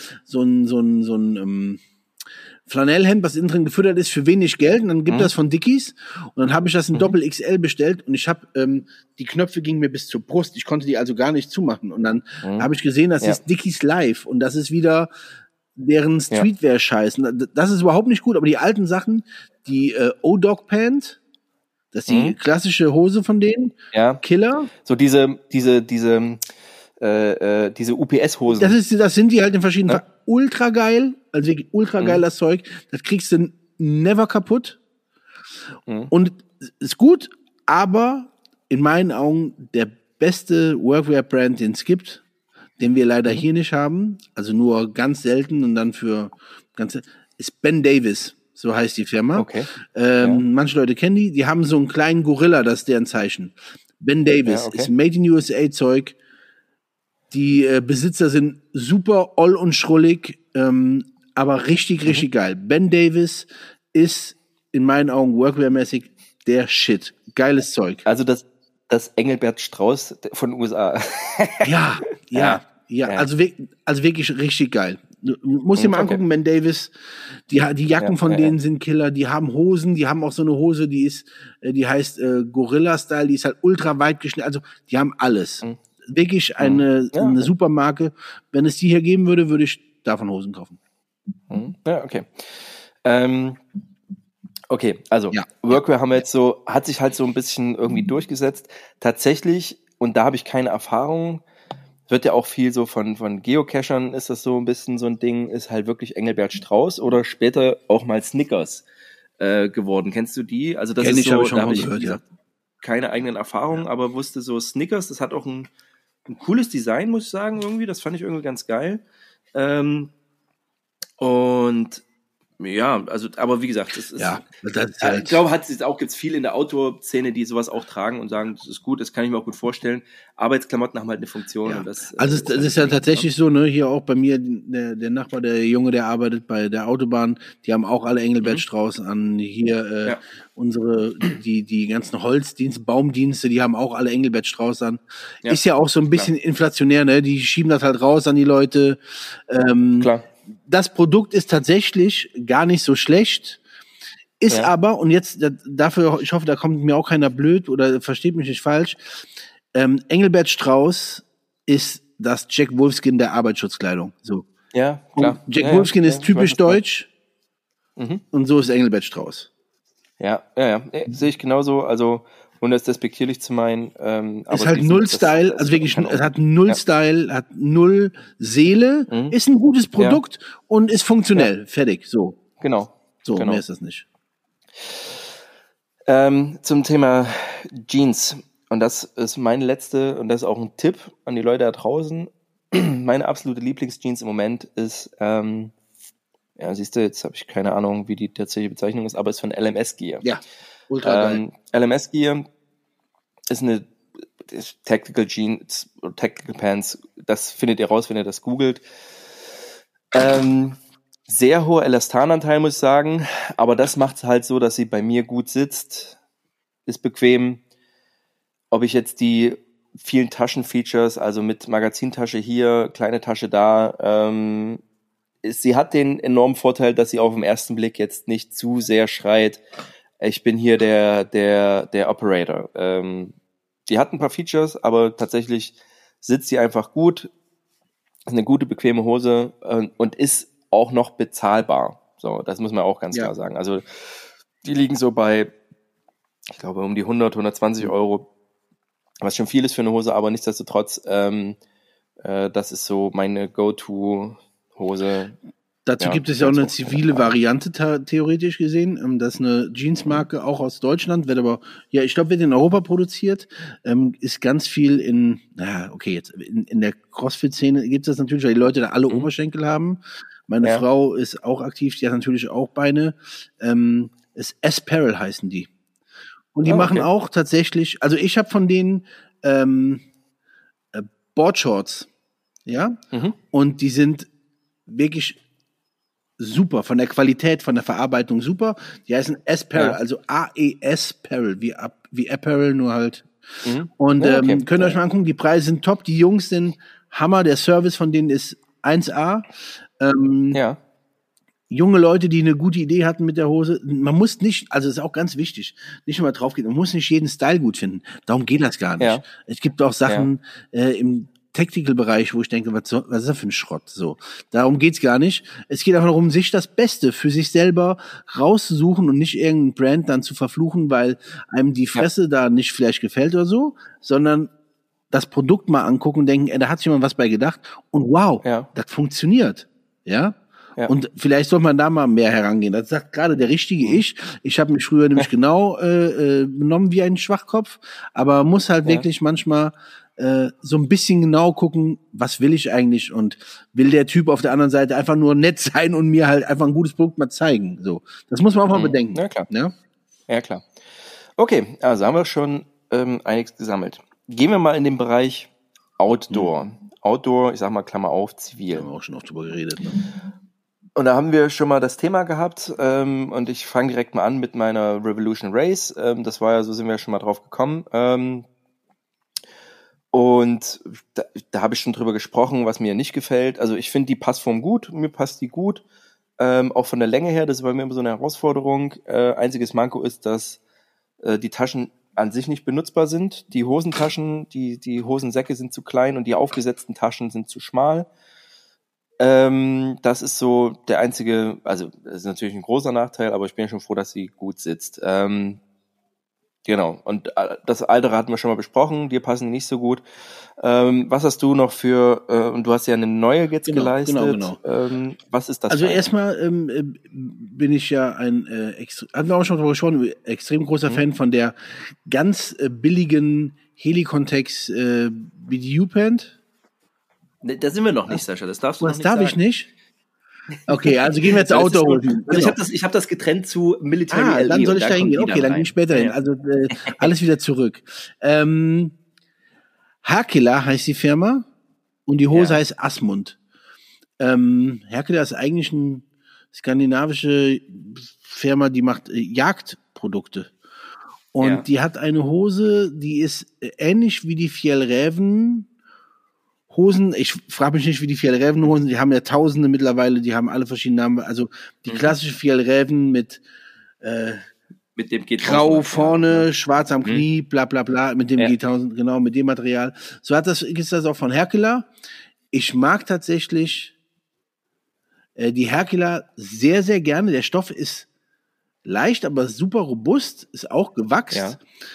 Flanellhemd, was innen drin gefüttert ist, für wenig Geld, und dann gibt das von Dickies, und dann habe ich das in Doppel XL bestellt, und ich habe, die Knöpfe gingen mir bis zur Brust, ich konnte die also gar nicht zumachen, und dann habe ich gesehen, das ist Dickies Live, und das ist wieder deren Streetwear-Scheiß, das ist überhaupt nicht gut, aber die alten Sachen, die O-Dog Pant, das ist die klassische Hose von denen, Killer. So diese UPS-Hosen. Das sind die halt in verschiedenen Farben. Ultra geil, also wirklich ultra geil das Zeug. Das kriegst du never kaputt. Und ist gut, aber in meinen Augen der beste Workwear-Brand, den es gibt, den wir leider hier nicht haben, also nur ganz selten und dann ist Ben Davis, so heißt die Firma. Okay. Manche Leute kennen die haben so einen kleinen Gorilla, das ist deren Zeichen. Ben Davis ist Made in USA Zeug. Die Besitzer sind super oll und schrullig, aber richtig geil. Ben Davis ist in meinen Augen Workwear-mäßig der Shit. Geiles Zeug. Also das Engelbert Strauß von den USA. Ja. Also wirklich richtig geil. Du musst dir mal angucken, Ben Davis, die Jacken von denen sind Killer, die haben Hosen, die haben auch so eine Hose, die heißt Gorilla-Style, die ist halt ultra weit geschnitten, also die haben alles. Wirklich eine super Marke. Wenn es die hier geben würde, würde ich davon Hosen kaufen. Ja, okay. Okay, also Workwear haben wir jetzt hat sich halt so ein bisschen irgendwie durchgesetzt. Tatsächlich, und da habe ich keine Erfahrung, wird ja auch viel so von Geocachern, ist das so ein bisschen so ein Ding, ist halt wirklich Engelbert Strauß oder später auch mal Snickers geworden. Kennst du die? Also das ist so, hab ich schon da habe gehört, ich, wie gesagt, keine eigenen Erfahrungen, aber wusste so Snickers, das hat auch ein cooles Design, muss ich sagen, irgendwie. Das fand ich irgendwie ganz geil. Und ja, also, aber wie gesagt, das ist, ich glaube, gibt's viel in der Outdoor-Szene, die sowas auch tragen und sagen, das ist gut, das kann ich mir auch gut vorstellen. Arbeitsklamotten haben halt eine Funktion. Und das ist ja tatsächlich so, ne, hier auch bei mir, der Nachbar, der Junge, der arbeitet bei der Autobahn, die haben auch alle Engelbert Strauß an, hier, unsere, die ganzen Holzdienste, Baumdienste, die haben auch alle Engelbert Strauß an. Ja. Ist ja auch so ein bisschen inflationär, ne, die schieben das halt raus an die Leute. Klar. Das Produkt ist tatsächlich gar nicht so schlecht, ist aber, und jetzt dafür, ich hoffe, da kommt mir auch keiner blöd oder versteht mich nicht falsch, Engelbert Strauß ist das Jack Wolfskin der Arbeitsschutzkleidung. So. Ja, klar. Und Jack Wolfskin ist typisch deutsch und so ist Engelbert Strauß. Ja, sehe ich genauso, also ohne es despektierlich zu meinen. Ist halt null Style, also wirklich, es hat null Style, hat null Seele, ist ein gutes Produkt und ist funktionell. Fertig, so. Genau. So, mehr ist das nicht. Zum Thema Jeans. Und das ist meine letzte, und das ist auch ein Tipp an die Leute da draußen. Meine absolute Lieblingsjeans im Moment ist, siehst du, jetzt habe ich keine Ahnung, wie die tatsächliche Bezeichnung ist, aber ist von LMS Gear. Ja. Ultra geil. LMS Gear ist eine Tactical Jeans, Tactical Pants, das findet ihr raus, wenn ihr das googelt. Sehr hoher Elastananteil, muss ich sagen, aber das macht es halt so, dass sie bei mir gut sitzt, ist bequem. Ob ich jetzt die vielen Taschenfeatures, also mit Magazintasche hier, kleine Tasche da, sie hat den enormen Vorteil, dass sie auf den ersten Blick jetzt nicht zu sehr schreit, ich bin hier der Operator. Die hat ein paar Features, aber tatsächlich sitzt sie einfach gut, ist eine gute, bequeme Hose und ist auch noch bezahlbar. So, das muss man auch ganz klar sagen. Also die liegen so bei, ich glaube, um die 100, 120 Euro, was schon viel ist für eine Hose, aber nichtsdestotrotz, das ist so meine Go-To-Hose. Dazu gibt es ja auch eine zivile Variante, theoretisch gesehen. Das ist eine Jeansmarke, auch aus Deutschland, wird aber, ich glaube, wird in Europa produziert, ist ganz viel in der CrossFit-Szene gibt es das natürlich, weil die Leute da alle Oberschenkel haben Meine Frau ist auch aktiv, die hat natürlich auch Beine. Ist Asparel heißen die. Und die machen auch tatsächlich, also ich habe von denen Boardshorts, ja, und die sind wirklich super, von der Qualität, von der Verarbeitung super. Die heißen Asparel, also AES-Parel, wie Apparel, nur halt. Und könnt ihr euch mal angucken, die Preise sind top, die Jungs sind Hammer, der Service von denen ist 1A. Junge Leute, die eine gute Idee hatten mit der Hose, man muss nicht, also das ist auch ganz wichtig, nicht immer drauf gehen, man muss nicht jeden Style gut finden. Darum geht das gar nicht. Ja. Es gibt auch Sachen im Tactical-Bereich, wo ich denke, was ist das für ein Schrott? So, darum geht's gar nicht. Es geht einfach darum, sich das Beste für sich selber rauszusuchen und nicht irgendein Brand dann zu verfluchen, weil einem die Fresse da nicht vielleicht gefällt oder so, sondern das Produkt mal angucken und denken, da hat sich jemand was bei gedacht und wow, das funktioniert. Ja. Und vielleicht soll man da mal mehr herangehen. Das sagt gerade der richtige Ich. Ich habe mich früher nämlich genau benommen wie ein Schwachkopf, aber muss halt wirklich manchmal so ein bisschen genau gucken, was will ich eigentlich und will der Typ auf der anderen Seite einfach nur nett sein und mir halt einfach ein gutes Produkt mal zeigen. So, das muss man auch mal bedenken. Ja, klar. Ja, klar. Okay, also haben wir schon einiges gesammelt. Gehen wir mal in den Bereich Outdoor. Outdoor, ich sag mal Klammer auf, zivil. Da haben wir auch schon oft drüber geredet. Ne? Und da haben wir schon mal das Thema gehabt und ich fange direkt mal an mit meiner Revolution Race. Das war ja, so sind wir ja schon mal drauf gekommen. Und da habe ich schon drüber gesprochen, was mir nicht gefällt. Also ich finde die Passform gut, mir passt die gut. Auch von der Länge her, das ist bei mir immer so eine Herausforderung. Einziges Manko ist, dass die Taschen an sich nicht benutzbar sind. Die Hosentaschen, die Hosensäcke sind zu klein und die aufgesetzten Taschen sind zu schmal. Das ist so der einzige, also das ist natürlich ein großer Nachteil, aber ich bin ja schon froh, dass sie gut sitzt. Genau, und das Alter hatten wir schon mal besprochen, dir passen die nicht so gut. Was hast du noch und du hast ja eine neue jetzt geleistet. Genau. Was ist das? Also erstmal bin ich ja hatten wir auch schon drüber gesprochen, extrem großer Fan von der ganz billigen Helicontex BDU-Pant. Da sind wir noch nicht, Sascha, das darfst du noch nicht sagen. Das darf ich nicht? Okay, also gehen wir jetzt Outdoor holen. Also ich hab das getrennt zu Military LE. Dann soll ich da hingehen. Okay, dann gehe ich später hin. Also alles wieder zurück. Herkila heißt die Firma und die Hose heißt Asmund. Herkila ist eigentlich eine skandinavische Firma, die macht Jagdprodukte. Und die hat eine Hose, die ist ähnlich wie die Fjällräven Hosen, ich frage mich nicht, wie die Fjällrävenhosen, die haben ja Tausende mittlerweile, die haben alle verschiedene Namen. Also die klassische Fjällräven mit dem G1000 grau vorne, schwarz am Knie, bla bla bla, mit dem G1000, genau, mit dem Material. So ist das auch von Herkila. Ich mag tatsächlich die Herkila sehr, sehr gerne. Der Stoff ist leicht, aber super robust, ist auch gewachst.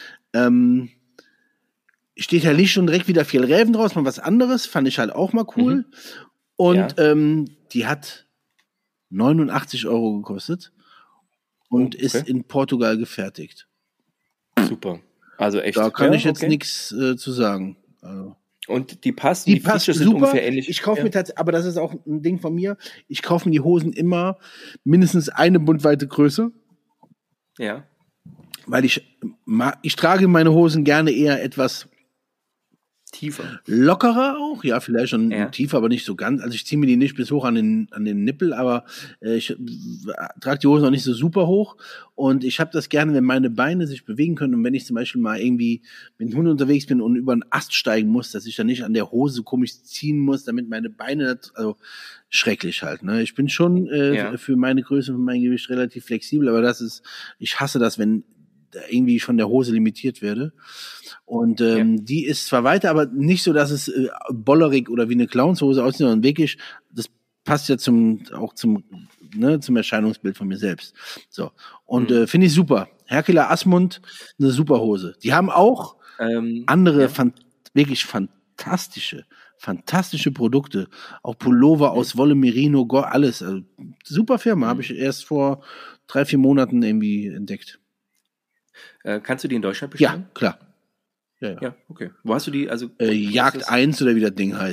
Steht halt nicht schon direkt wieder Fjällräven draus, mal was anderes, fand ich halt auch mal cool. Und die hat 89 € gekostet und ist in Portugal gefertigt. Super. Also echt. Da kann ich jetzt nichts zu sagen. Also. Und die passt super. Ungefähr ähnlich. Ich kaufe mir tatsächlich, aber das ist auch ein Ding von mir, ich kaufe mir die Hosen immer mindestens eine Bundweite größer. Ja. Weil ich trage meine Hosen gerne eher etwas tiefer. Lockerer auch, ja, vielleicht schon tiefer, aber nicht so ganz. Also ich ziehe mir die nicht bis hoch an den Nippel, aber ich trage die Hosen auch nicht so super hoch. Und ich habe das gerne, wenn meine Beine sich bewegen können und wenn ich zum Beispiel mal irgendwie mit dem Hund unterwegs bin und über einen Ast steigen muss, dass ich dann nicht an der Hose so komisch ziehen muss, damit meine Beine, also schrecklich halt. Ne? Ich bin schon für meine Größe und für mein Gewicht relativ flexibel, aber ich hasse das, wenn da irgendwie von der Hose limitiert werde. Und die ist zwar weiter, aber nicht so, dass es bollerig oder wie eine Clownshose aussieht, sondern wirklich, das passt ja zum Erscheinungsbild von mir selbst. So. Und finde ich super. Herkila Asmund, eine super Hose. Die haben auch andere wirklich fantastische Produkte. Auch Pullover aus Wolle, Merino, alles. Also, super Firma, habe ich erst vor 3-4 Monaten irgendwie entdeckt. Kannst du die in Deutschland bestellen? Ja, klar. Ja, okay. Wo hast du die? Also Jagd 1 oder wie das Ding heißt.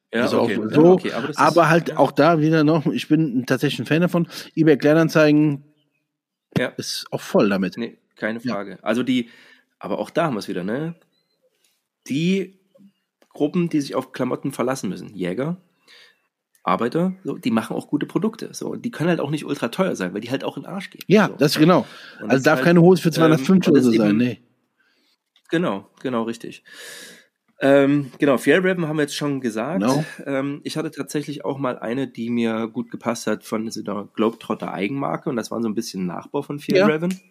Ja, also okay. auch so, ja, okay. aber halt auch da wieder noch, ich bin tatsächlich ein Fan davon, eBay Kleinanzeigen ist auch voll damit. Nee, keine Frage. Also aber auch da haben wir es wieder, ne? Die Gruppen, die sich auf Klamotten verlassen müssen, Jäger, Arbeiter, so, die machen auch gute Produkte. So, die können halt auch nicht ultra teuer sein, weil die halt auch in den Arsch gehen. Ja, so. das genau. Und Also darf halt, keine Hose für 250 oder so sein, nee. Genau, richtig. Genau, Fjällräven haben wir jetzt schon gesagt. Genau. Ich hatte tatsächlich auch mal eine, die mir gut gepasst hat von so einer Globetrotter Eigenmarke und das war so ein bisschen ein Nachbau von Fjällräven.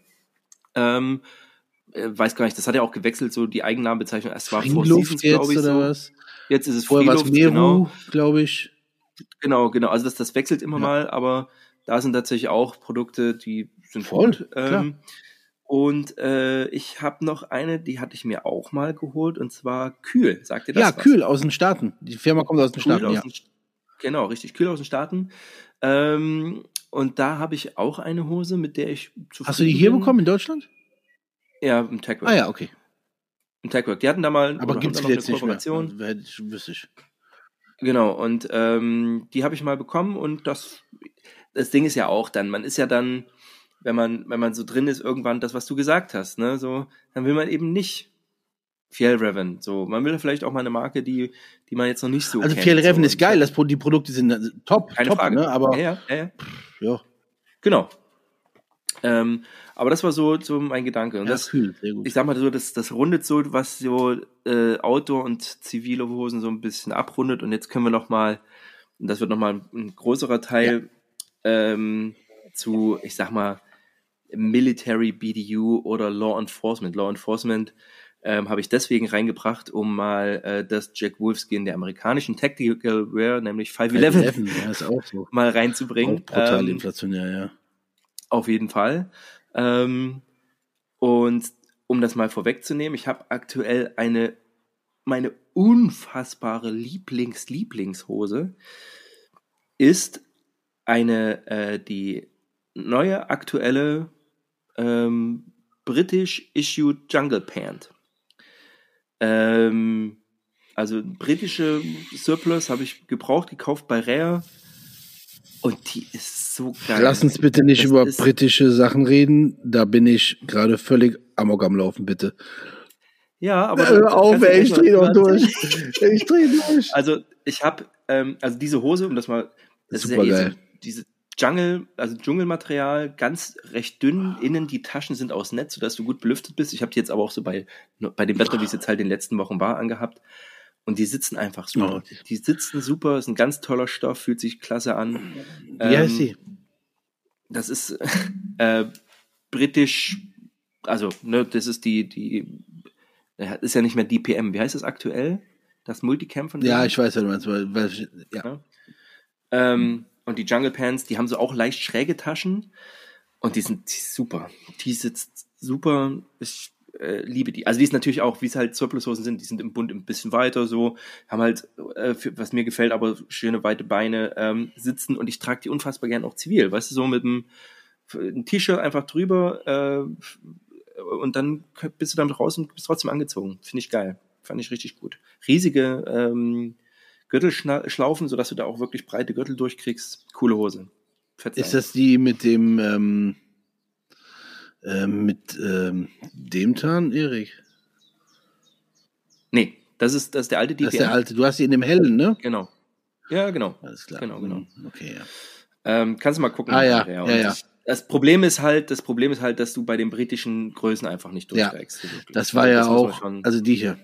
Weiß gar nicht, das hat ja auch gewechselt, so die Eigennamenbezeichnung. Es war Four Seasons, glaube ich, oder so. was? Jetzt ist es Vorher Freeluft, Meru, genau. glaube ich. Genau. Also das wechselt immer mal, aber da sind tatsächlich auch Produkte, die sind voll gut. Und ich habe noch eine, die hatte ich mir auch mal geholt, und zwar Kühl. Sagt ihr das? Ja, Kühl aus den Staaten. Die Firma kommt aus den Staaten, Genau, richtig. Kühl aus den Staaten. Und da habe ich auch eine Hose, mit der ich zufrieden bin. Hast du die hier bekommen in Deutschland? Ja, im Techwork. Ah ja, okay. Im Techwork. Die hatten da mal aber gibt's noch jetzt eine nicht Kooperation. mehr. Wüsste ich. Genau, und die habe ich mal bekommen und das Ding ist ja auch dann, man ist ja dann, wenn man so drin ist, irgendwann das, was du gesagt hast, ne, so, dann will man eben nicht Fjällräven, so, man will vielleicht auch mal eine Marke, die man jetzt noch nicht so also kennt. Also Fjällräven so. ist geil, die Produkte sind top, keine Frage. Ne, aber ja. Genau. Aber das war so mein Gedanke. Und das, cool, sehr gut. Ich sag mal so, das rundet so, was so Outdoor- und zivile Hosen so ein bisschen abrundet. Und jetzt können wir noch mal, und das wird noch mal ein größerer Teil zu, ich sag mal, Military BDU oder Law Enforcement. Law Enforcement habe ich deswegen reingebracht, um mal das Jack Wolfskin der amerikanischen Tactical Wear, nämlich 511, ja, ist auch so. mal reinzubringen. Auch brutal inflationär, ja. Auf jeden Fall. Und um das mal vorwegzunehmen, ich habe aktuell meine unfassbare Lieblingshose ist die neue aktuelle British Issued Jungle Pant. Also britische Surplus habe ich gebraucht gekauft bei Rare. Und die ist so geil. Lass uns bitte nicht über britische Sachen reden. Da bin ich gerade völlig amok am Laufen, bitte. Ja, aber... Hör auf, ey, ich drehe doch durch. Ich drehe durch. Also, ich habe, also diese Hose, um das mal... Das super ist ja geil. Diese Dschungelmaterial, ganz recht dünn. Innen die Taschen sind aus Netz, sodass du gut belüftet bist. Ich habe die jetzt aber auch so bei dem Wetter, wie es jetzt halt in den letzten Wochen war, angehabt. Und die sitzen einfach super. Okay. Die sitzen super, ist ein ganz toller Stoff, fühlt sich klasse an. Wie heißt sie? Das ist britisch, also, ne, das ist ist ja nicht mehr DPM. Wie heißt das aktuell? Das Multicam von denen? Ja, ich weiß, was du meinst. Ja. Und die Jungle Pants, die haben so auch leicht schräge Taschen und die sind super. Die sitzt super. Ich liebe die. Also die ist natürlich auch, wie es halt Surplushosen sind, die sind im Bund ein bisschen weiter so, haben halt, was mir gefällt, aber schöne weite Beine sitzen und ich trage die unfassbar gern auch zivil. Weißt du, so mit einem T-Shirt einfach drüber und dann bist du dann draußen und bist trotzdem angezogen. Finde ich geil. Fand ich richtig gut. Riesige Gürtelschlaufen, sodass du da auch wirklich breite Gürtel durchkriegst. Coole Hose. Ist das die mit dem Demtan, Erik? Nee, das ist der alte DPM. Das ist der alte. Du hast die in dem hellen, ne? Genau. Ja, genau. Alles klar. Genau. Okay, ja. Kannst du mal gucken. Ja. Das Problem ist halt, dass du bei den britischen Größen einfach nicht durchsteigst. Ja, das war ja auch, also die hier.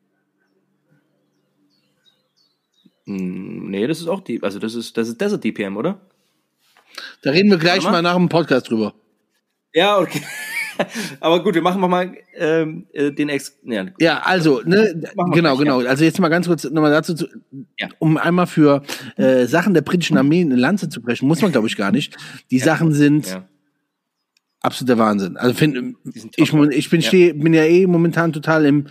Nee, das ist auch das ist Desert DPM, oder? Da reden wir gleich mal nach dem Podcast drüber. Ja, okay. Aber gut, wir machen mal den Ja, also, ne, genau. Also jetzt mal ganz kurz nochmal dazu, um einmal für Sachen der britischen Armee eine Lanze zu brechen, muss man, glaube ich, gar nicht. Die Sachen sind absoluter Wahnsinn. Also bin ja momentan total im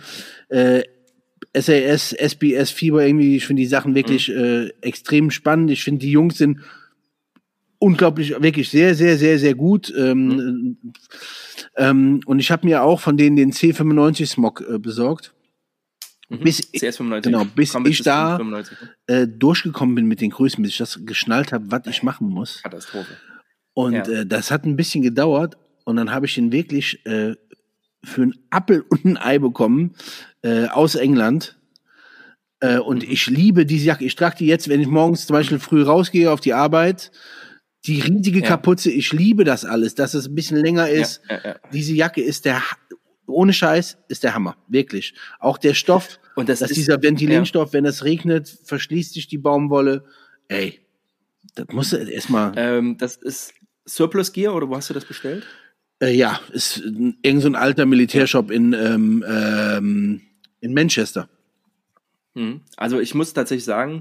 SAS, SBS Fieber irgendwie. Ich finde die Sachen wirklich extrem spannend. Ich finde, die Jungs sind unglaublich, wirklich sehr, sehr, sehr, sehr gut. Und ich habe mir auch von denen den C95 Smog besorgt. CS95. Genau, bis Combat ich da 95. durchgekommen bin mit den Größen, bis ich das geschnallt habe, was ich machen muss. Katastrophe. Und das hat ein bisschen gedauert. Und dann habe ich ihn wirklich für einen Appel und ein Ei bekommen aus England. Und ich liebe diese Jacke. Ich trage die jetzt, wenn ich morgens zum Beispiel früh rausgehe auf die Arbeit. Die riesige Kapuze, ich liebe das alles, dass es ein bisschen länger ist. Diese Jacke ist ohne Scheiß, ist der Hammer. Wirklich. Auch der Stoff, und das ist dieser Ventillenstoff, wenn es regnet, verschließt sich die Baumwolle. Ey, das musst du erstmal. Das ist Surplus Gear oder wo hast du das bestellt? Ja, ist irgend so ein alter Militärshop in Manchester. Also ich muss tatsächlich sagen,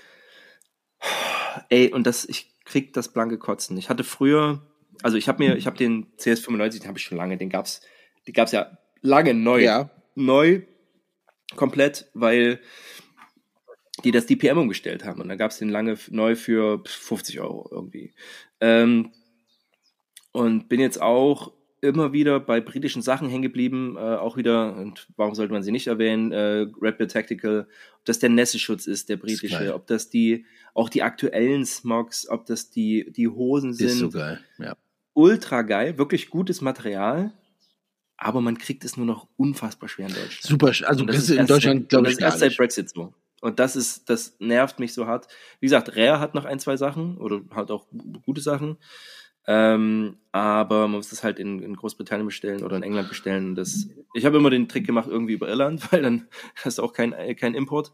ich krieg das blanke Kotzen. Ich hatte früher, also ich habe den CS95, den habe ich schon lange, die gab's ja lange neu, komplett, weil die das DPM umgestellt haben und dann gab's den lange neu für 50 € irgendwie. Und bin jetzt auch immer wieder bei britischen Sachen hängen geblieben, auch wieder, und warum sollte man sie nicht erwähnen, Red Bull Tactical, ob das der Nässeschutz ist, der britische, ob das auch die aktuellen Smogs, ob das die Hosen sind. Ist so geil, ja. Ultra geil, wirklich gutes Material, aber man kriegt es nur noch unfassbar schwer in Deutschland. Super, also das ist in Deutschland, glaube ich, gar nicht. Das ist erst seit Brexit so. Und das nervt mich so hart. Wie gesagt, Rare hat noch 1, 2 Sachen oder hat auch gute Sachen. Aber man muss das halt in Großbritannien bestellen oder in England bestellen. Ich habe immer den Trick gemacht, irgendwie über Irland, weil dann hast du auch kein Import.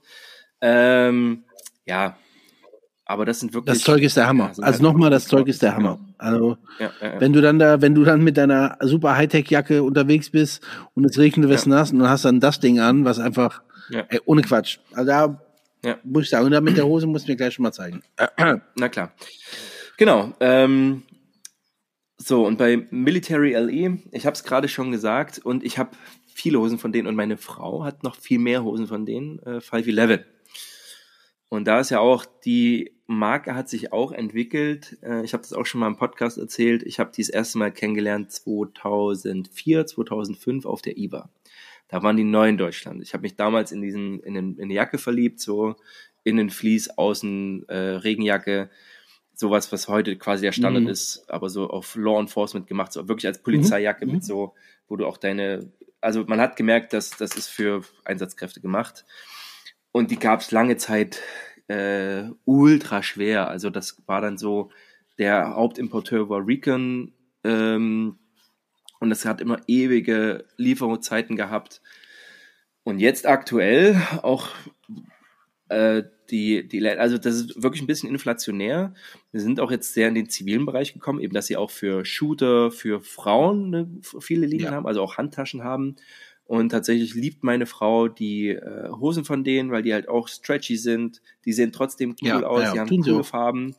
Ja, aber das sind wirklich... Das Zeug ist der Hammer. Also halt nochmal, das Zeug ist der Hammer. Also wenn du dann mit deiner super Hightech-Jacke unterwegs bist und es regnet, wirst nass und dann hast dann das Ding an, was einfach, ohne Quatsch. Also da muss ich sagen, und dann mit der Hose musst du mir gleich schon mal zeigen. Na klar. Genau, so, und bei Military LE, ich habe es gerade schon gesagt, und ich habe viele Hosen von denen und meine Frau hat noch viel mehr Hosen von denen, 511. Und da ist ja auch, die Marke hat sich auch entwickelt. Ich habe das auch schon mal im Podcast erzählt. Ich habe die das erste Mal kennengelernt 2004, 2005 auf der IBA. Da waren die neu in Deutschland. Ich habe mich damals in eine Jacke verliebt, so innen Vlies, außen Regenjacke. Sowas, was heute quasi der Standard ist, aber so auf Law Enforcement gemacht, so wirklich als Polizeijacke mit so, wo du auch also man hat gemerkt, dass das ist für Einsatzkräfte gemacht. Und die gab es lange Zeit ultra schwer. Also das war dann so, der Hauptimporteur war Recon und das hat immer ewige Lieferzeiten gehabt. Und jetzt aktuell auch also das ist wirklich ein bisschen inflationär. Wir sind auch jetzt sehr in den zivilen Bereich gekommen, eben dass sie auch für Shooter, für Frauen viele Linien haben, also auch Handtaschen haben. Und tatsächlich liebt meine Frau die Hosen von denen, weil die halt auch stretchy sind. Die sehen trotzdem cool aus, die haben coole Farben.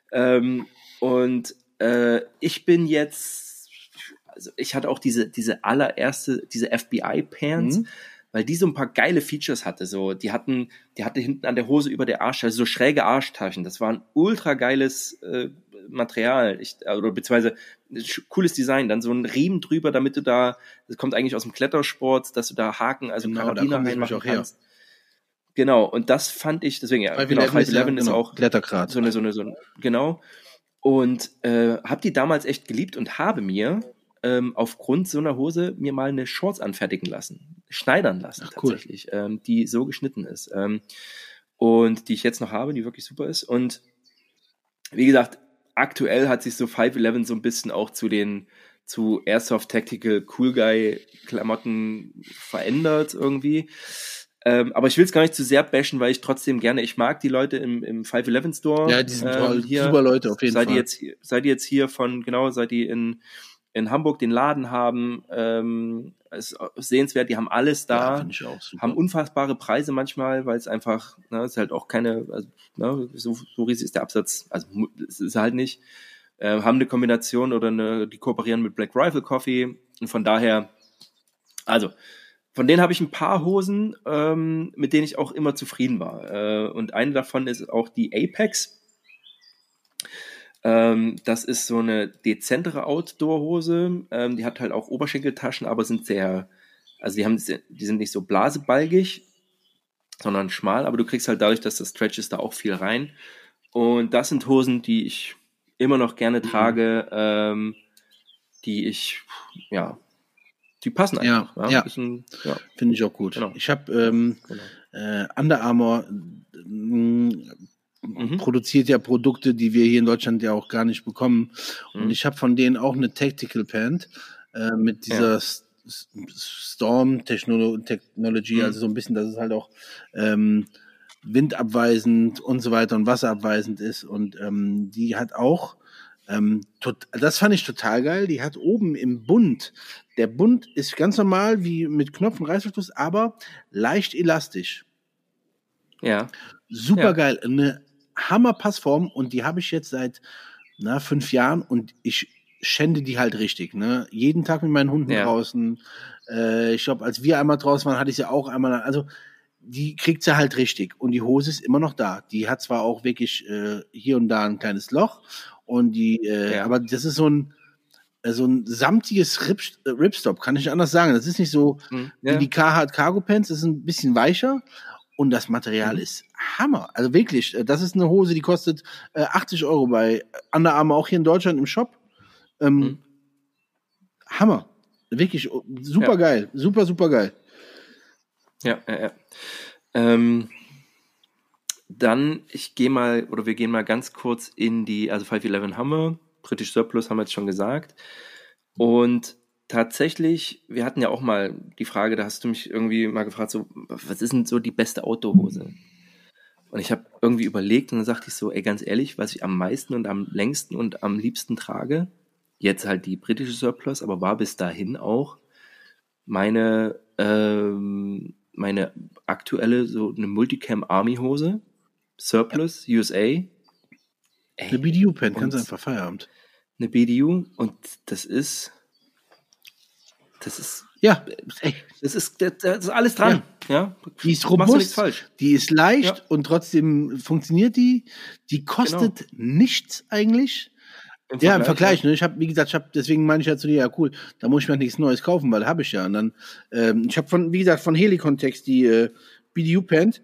Ich bin jetzt, also ich hatte auch diese FBI-Pants, weil die so ein paar geile Features hatte. So, die hatte hinten an der Hose über der Arschtasche so schräge Arschtaschen. Das war ein ultra geiles Material, oder beziehungsweise cooles Design. Dann so ein Riemen drüber, damit das kommt eigentlich aus dem Klettersport, dass du da Haken, also Karabiner reinmachen kannst. Genau, und das fand ich, deswegen, 511 ist auch Klettergrad. Genau. Und habe die damals echt geliebt und habe mir aufgrund so einer Hose mir mal eine Shorts schneidern lassen tatsächlich, die so geschnitten ist und die ich jetzt noch habe, die wirklich super ist. Und wie gesagt, aktuell hat sich so 511 so ein bisschen auch zu Airsoft Tactical Cool Guy Klamotten verändert irgendwie. Aber ich will es gar nicht zu sehr bashen, weil ich trotzdem ich mag die Leute im 511 Store. Ja, die sind toll, super Leute auf jeden Fall. Seid ihr jetzt hier seit die in Hamburg den Laden haben, ist sehenswert, die haben alles da, finde ich auch super. Haben unfassbare Preise manchmal, weil es einfach, ist halt auch keine, so riesig ist der Absatz, also es ist halt nicht, haben eine Kombination die kooperieren mit Black Rifle Coffee und von daher, also von denen habe ich ein paar Hosen, mit denen ich auch immer zufrieden war, und eine davon ist auch die Apex. Das ist so eine dezentere Outdoor-Hose. Die hat halt auch Oberschenkeltaschen, aber sind die sind nicht so blasebalgig. sondern schmal, aber du kriegst halt dadurch, dass das Stretch ist, da auch viel rein. Und das sind Hosen, die ich immer noch gerne trage, die passen einfach. Ja. Finde ich auch gut. Genau. Ich habe Under Armour produziert ja Produkte, die wir hier in Deutschland ja auch gar nicht bekommen. Und ich habe von denen auch eine Tactical Pant mit dieser Storm Technology, also so ein bisschen, dass es halt auch windabweisend und so weiter und wasserabweisend ist. Und die hat auch, das fand ich total geil, die hat oben im Bund, der Bund ist ganz normal wie mit Knopf und Reißverschluss, aber leicht elastisch. Ja. Super geil, eine Hammer-Passform und die habe ich jetzt seit 5 Jahren und ich schände die halt richtig, ne? Jeden Tag mit meinen Hunden draußen. Ich glaube, als wir einmal draußen waren, hatte ich sie auch einmal, also die kriegt sie halt richtig und die Hose ist immer noch da. Die hat zwar auch wirklich hier und da ein kleines Loch und aber das ist so ein samtiges Ripstop, kann ich nicht anders sagen. Das ist nicht so wie die Carhartt Cargo Pants, das ist ein bisschen weicher und das Material ist Hammer. Also wirklich, das ist eine Hose, die kostet 80 € bei Under Armour, auch hier in Deutschland im Shop. Hammer. Wirklich super geil. Super, super geil. Ja. Dann, wir gehen mal ganz kurz in also 511 haben wir, British Surplus haben wir jetzt schon gesagt. Und tatsächlich, wir hatten ja auch mal die Frage, da hast du mich irgendwie mal gefragt, so, was ist denn so die beste Outdoor-Hose? Und ich habe irgendwie überlegt und dann sagte ich so, ey, ganz ehrlich, was ich am meisten und am längsten und am liebsten trage, jetzt halt die britische Surplus, aber war bis dahin auch meine aktuelle, so eine Multicam Army Hose, Surplus, USA. Ey, eine BDU-Pen, ganz einfach Feierabend. Eine BDU und das ist ja, das ist alles dran. Ja. Die ist robust, die ist leicht und trotzdem funktioniert die. Die kostet nichts eigentlich. Im Vergleich. Ne? Deswegen meine ich ja zu dir, ja cool, da muss ich mir nichts Neues kaufen, weil habe ich ja. Und dann, ich habe von Helicontext die BDU-Pant.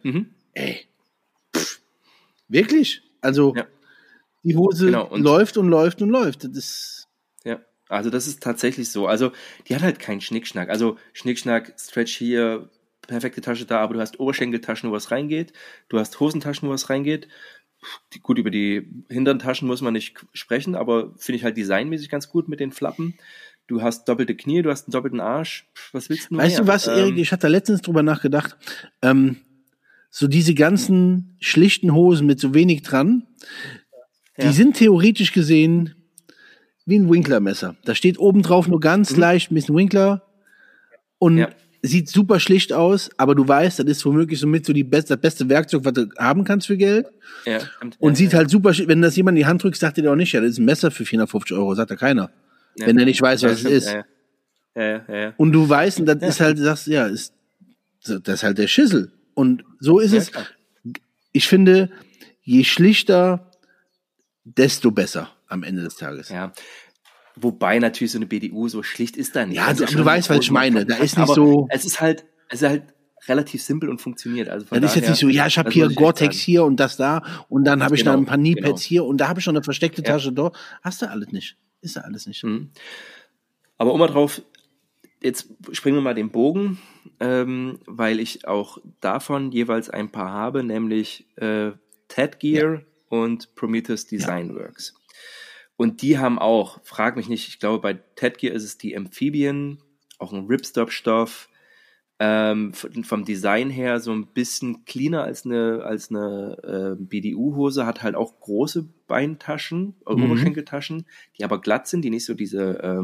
Wirklich? Also, die Hose läuft und läuft und läuft. Also das ist tatsächlich so. Also die hat halt keinen Schnickschnack. Also Schnickschnack, Stretch hier, perfekte Tasche da, aber du hast Oberschenkeltaschen, wo was reingeht. Du hast Hosentaschen, wo was reingeht. Gut, über die hinteren Taschen muss man nicht sprechen, aber finde ich halt designmäßig ganz gut mit den Flappen. Du hast doppelte Knie, du hast einen doppelten Arsch. Was willst du Weißt du was, Erik? Ich hatte da letztens drüber nachgedacht. So diese ganzen schlichten Hosen mit so wenig dran, die sind theoretisch gesehen wie ein Winkler-Messer. Da steht oben drauf nur ganz leicht ein bisschen Winkler und sieht super schlicht aus, aber du weißt, das ist womöglich somit so das beste Werkzeug, was du haben kannst für Geld. Ja, und sieht halt super, wenn das jemand in die Hand drückt, sagt er dir auch nicht, ja, das ist ein Messer für 450 €, sagt da keiner. Ja, wenn er nicht weiß, was es ist. Ja. Und du weißt, und das ist halt, das ist halt der Schissel. Und so ist es. Klar. Ich finde, je schlichter, desto besser am Ende des Tages. Ja. Wobei natürlich so eine BDU so schlicht ist da nicht. Ja, du weißt, was ich meine. Da ist nicht so. Es ist halt relativ simpel und funktioniert. Also das ist jetzt nicht so, ja, ich habe hier Gore-Tex hier und das da und dann habe ich noch ein paar Knee-Pads hier und da habe ich noch eine versteckte Tasche da. Hast du alles nicht. Ist da alles nicht. Aber mal drauf, jetzt springen wir mal den Bogen, weil ich auch davon jeweils ein paar habe, nämlich Ted Gear und Prometheus Design Works. Und die haben auch, frag mich nicht, ich glaube bei Ted Gear ist es die Amphibian, auch ein Ripstop-Stoff, vom Design her so ein bisschen cleaner als eine BDU-Hose, hat halt auch große Beintaschen, Oberschenkeltaschen, die aber glatt sind, die nicht so diese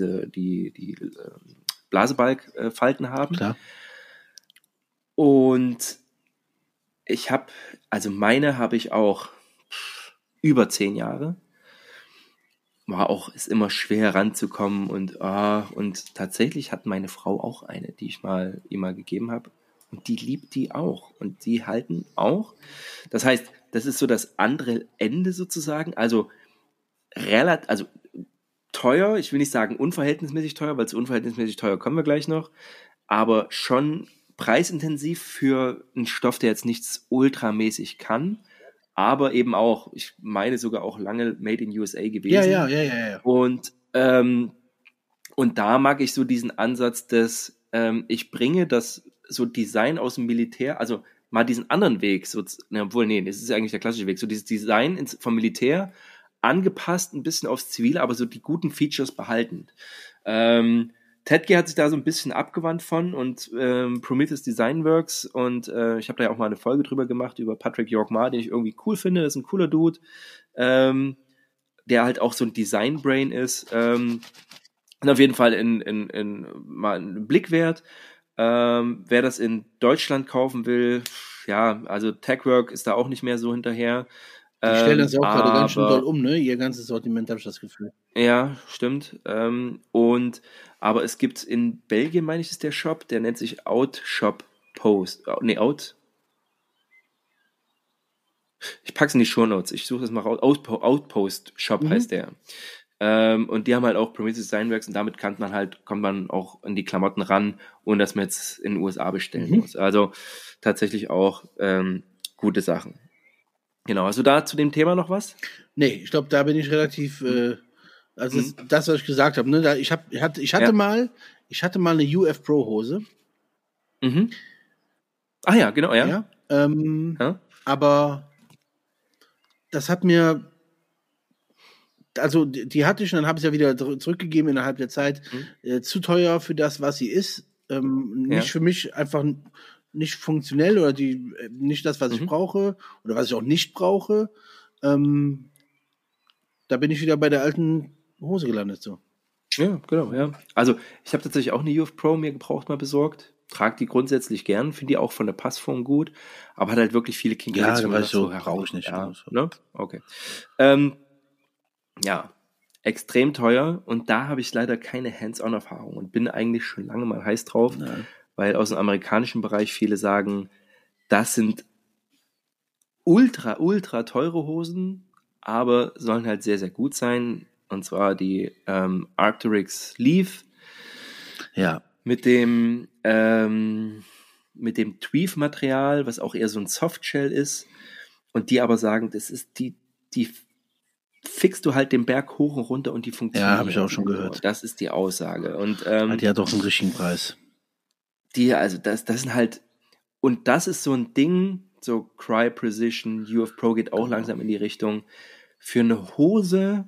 Blasebalg-Falten haben. Klar. Und meine habe ich auch über 10 Jahre. Ist immer schwer ranzukommen und tatsächlich hat meine Frau auch eine, die ich ihr mal gegeben habe und die liebt die auch und die halten auch. Das heißt, das ist so das andere Ende sozusagen, also teuer, ich will nicht sagen unverhältnismäßig teuer, weil zu unverhältnismäßig teuer kommen wir gleich noch, aber schon preisintensiv für einen Stoff, der jetzt nichts ultramäßig kann, aber eben auch, ich meine sogar auch lange Made in USA gewesen. Ja. Und da mag ich so diesen Ansatz des, ich bringe das so Design aus dem Militär, also mal diesen anderen Weg, so, obwohl, nee, das ist ja eigentlich der klassische Weg, so dieses Design vom Militär angepasst ein bisschen aufs Zivile, aber so die guten Features behaltend. Tedge hat sich da so ein bisschen abgewandt von und Prometheus Design Works und ich habe da ja auch mal eine Folge drüber gemacht, über Patrick York-Mar, den ich irgendwie cool finde, das ist ein cooler Dude, der halt auch so ein Design-Brain ist. Und auf jeden Fall mal einen Blick wert. Wer das in Deutschland kaufen will, ja, also Techwork ist da auch nicht mehr so hinterher. Die stellen das auch gerade ganz schön doll um, ne? Ihr ganzes Sortiment, habe ich das Gefühl. Ja, stimmt. Aber es gibt in Belgien, meine ich, ist der Shop, der nennt sich Outshop Post. Out. Ich pack's in die Shownotes. Ich suche das mal raus. Outpost Shop heißt der. Und die haben halt auch Prometheus Designworks und damit kommt man auch in die Klamotten ran, ohne dass man jetzt in den USA bestellen muss. Also tatsächlich auch gute Sachen. Genau, hast du da zu dem Thema noch was? Nee, ich glaube, da bin ich relativ, das, was ich gesagt habe, ne? Ich hatte mal eine UF Pro Hose. Mhm. Ach ja, genau, ja. Aber das hat mir, also die hatte ich und dann habe ich ja wieder zurückgegeben innerhalb der Zeit. Zu teuer für das, was sie ist. Nicht für mich einfach nicht funktionell oder nicht das, was ich brauche oder was ich auch nicht brauche. Da bin ich wieder bei der alten Hose gelandet. So. Ja, genau, ja. Also ich habe tatsächlich auch eine UF Pro mir gebraucht mal besorgt. Trag die grundsätzlich gern, finde die auch von der Passform gut, aber hat halt wirklich viele Kinky. Ja, da so brauche ich nicht. Ja, ne? Okay. Ja, extrem teuer und da habe ich leider keine Hands-on-Erfahrung und bin eigentlich schon lange mal heiß drauf, weil aus dem amerikanischen Bereich viele sagen, das sind ultra, ultra teure Hosen, aber sollen halt sehr, sehr gut sein. Und zwar die Arc'teryx Leaf. Ja. Mit dem Tweef-Material, was auch eher so ein Softshell ist. Und die aber sagen, das ist die fixst du halt den Berg hoch und runter und die funktioniert. Ja, habe ich auch schon gehört. Das ist die Aussage. Und die hat doch einen richtigen Preis. Das sind halt, und das ist so ein Ding, so Cry Precision, UF Pro geht auch langsam in die Richtung. Für eine Hose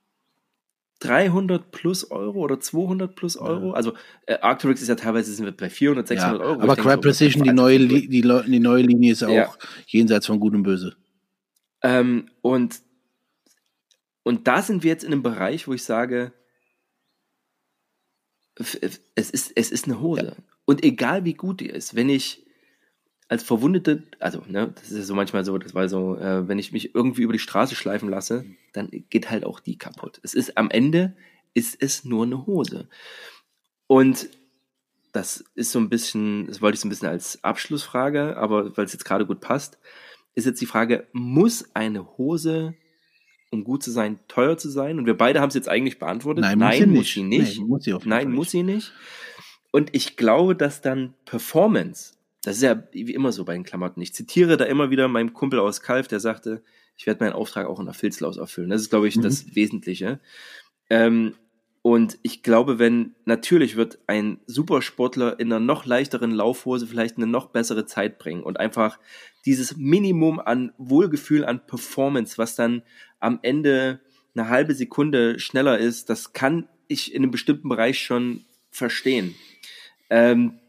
300 plus Euro oder 200 plus Euro. Also Arc'teryx ist ja teilweise sind wir bei 400, 600 Euro. Aber Cry Precision, die neue Linie ist auch jenseits von Gut und Böse. Und da sind wir jetzt in einem Bereich, wo ich sage, es ist eine Hose. Ja. Und egal wie gut die ist, wenn ich als Verwundete, also, ne, das ist ja so manchmal so, das war so, wenn ich mich irgendwie über die Straße schleifen lasse, dann geht halt auch die kaputt. Am Ende ist es nur eine Hose. Und das ist so ein bisschen, das wollte ich so ein bisschen als Abschlussfrage, aber weil es jetzt gerade gut passt, ist jetzt die Frage, muss eine Hose, um gut zu sein, teuer zu sein? Und wir beide haben es jetzt eigentlich beantwortet. Nein, muss sie nicht. Nein, muss sie nicht. Und ich glaube, dass dann Performance, das ist ja wie immer so bei den Klamotten. Ich zitiere da immer wieder meinen Kumpel aus Kalf, der sagte, ich werde meinen Auftrag auch in der Filzlaus erfüllen. Das ist, glaube ich, das Wesentliche. Und ich glaube, natürlich wird ein Supersportler in einer noch leichteren Laufhose vielleicht eine noch bessere Zeit bringen und einfach dieses Minimum an Wohlgefühl, an Performance, was dann am Ende eine halbe Sekunde schneller ist, das kann ich in einem bestimmten Bereich schon verstehen. Ein